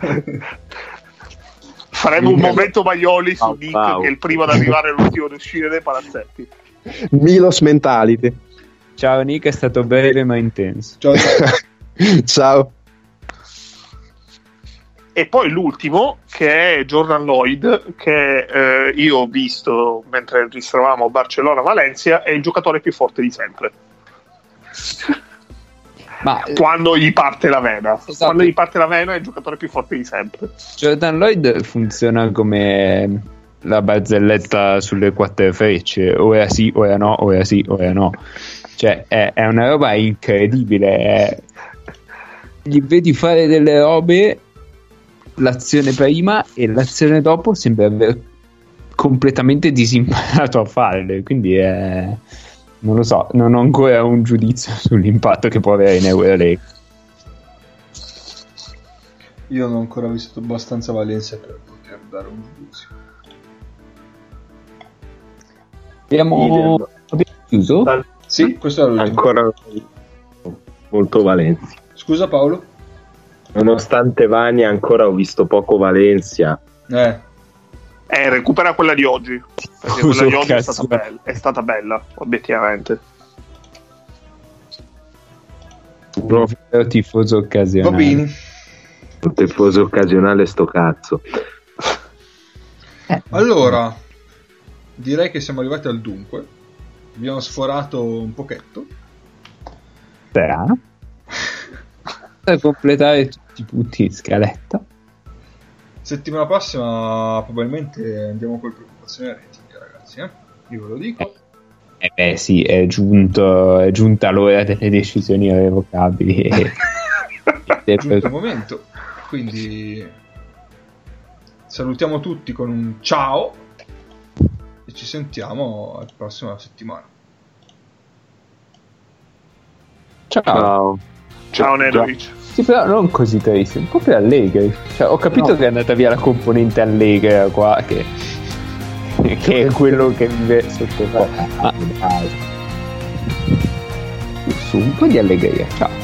Faremo un momento Maioli su Wow, Nick, wow. che è il primo ad arrivare e l'ultimo ad uscire dai palazzetti. Milos mentality. Ciao Nick, è stato breve ma intenso. Ciao. Ciao. E poi l'ultimo, che è Jordan Lloyd, che eh, io ho visto mentre registravamo Barcellona-Valencia, è il giocatore più forte di sempre. Ma Quando gli parte la vena. Esatto. Quando gli parte la vena è il giocatore più forte di sempre. Jordan Lloyd funziona come la barzelletta sulle quattro frecce, ora sì, ora no, ora sì, ora no. Cioè è, è una roba incredibile. È... Gli vedi fare delle robe, l'azione prima e l'azione dopo sembra aver completamente disimparato a farle, quindi è... non lo so, non ho ancora un giudizio sull'impatto che può avere in Euroleague. Io non ho ancora visto abbastanza Valencia per poter dare un giudizio. Abbiamo, abbiamo chiuso? Sì, questo è l'ultimo. Ancora molto Valencia. Scusa Paolo? Nonostante Vania, ancora ho visto poco Valencia. Eh, Eh, recupera quella di oggi. Perché Scusa, quella di oggi è cazzo. stata, bella, è stata bella, obiettivamente. Un vero tifoso occasionale. Bobini. Un tifoso occasionale sto cazzo. Allora, direi che siamo arrivati al dunque. Abbiamo sforato un pochetto. Strano. Per completare tutti i punti in scaletta. Settimana prossima probabilmente andiamo con le preoccupazioni rating, ragazzi, eh? Io ve lo dico. Eh beh sì, è, giunto, è giunta l'ora delle decisioni irrevocabili. E... È giunto il momento. Quindi salutiamo tutti con un ciao e ci sentiamo la prossima settimana. Ciao. Ciao. Ciao Nedovic. Sì, però non così triste, un po' più allegri. Cioè, ho capito No. che è andata via la componente allegra qua, che, che è quello che vive sotto qua. Ma su, un po' di allegria. Ciao.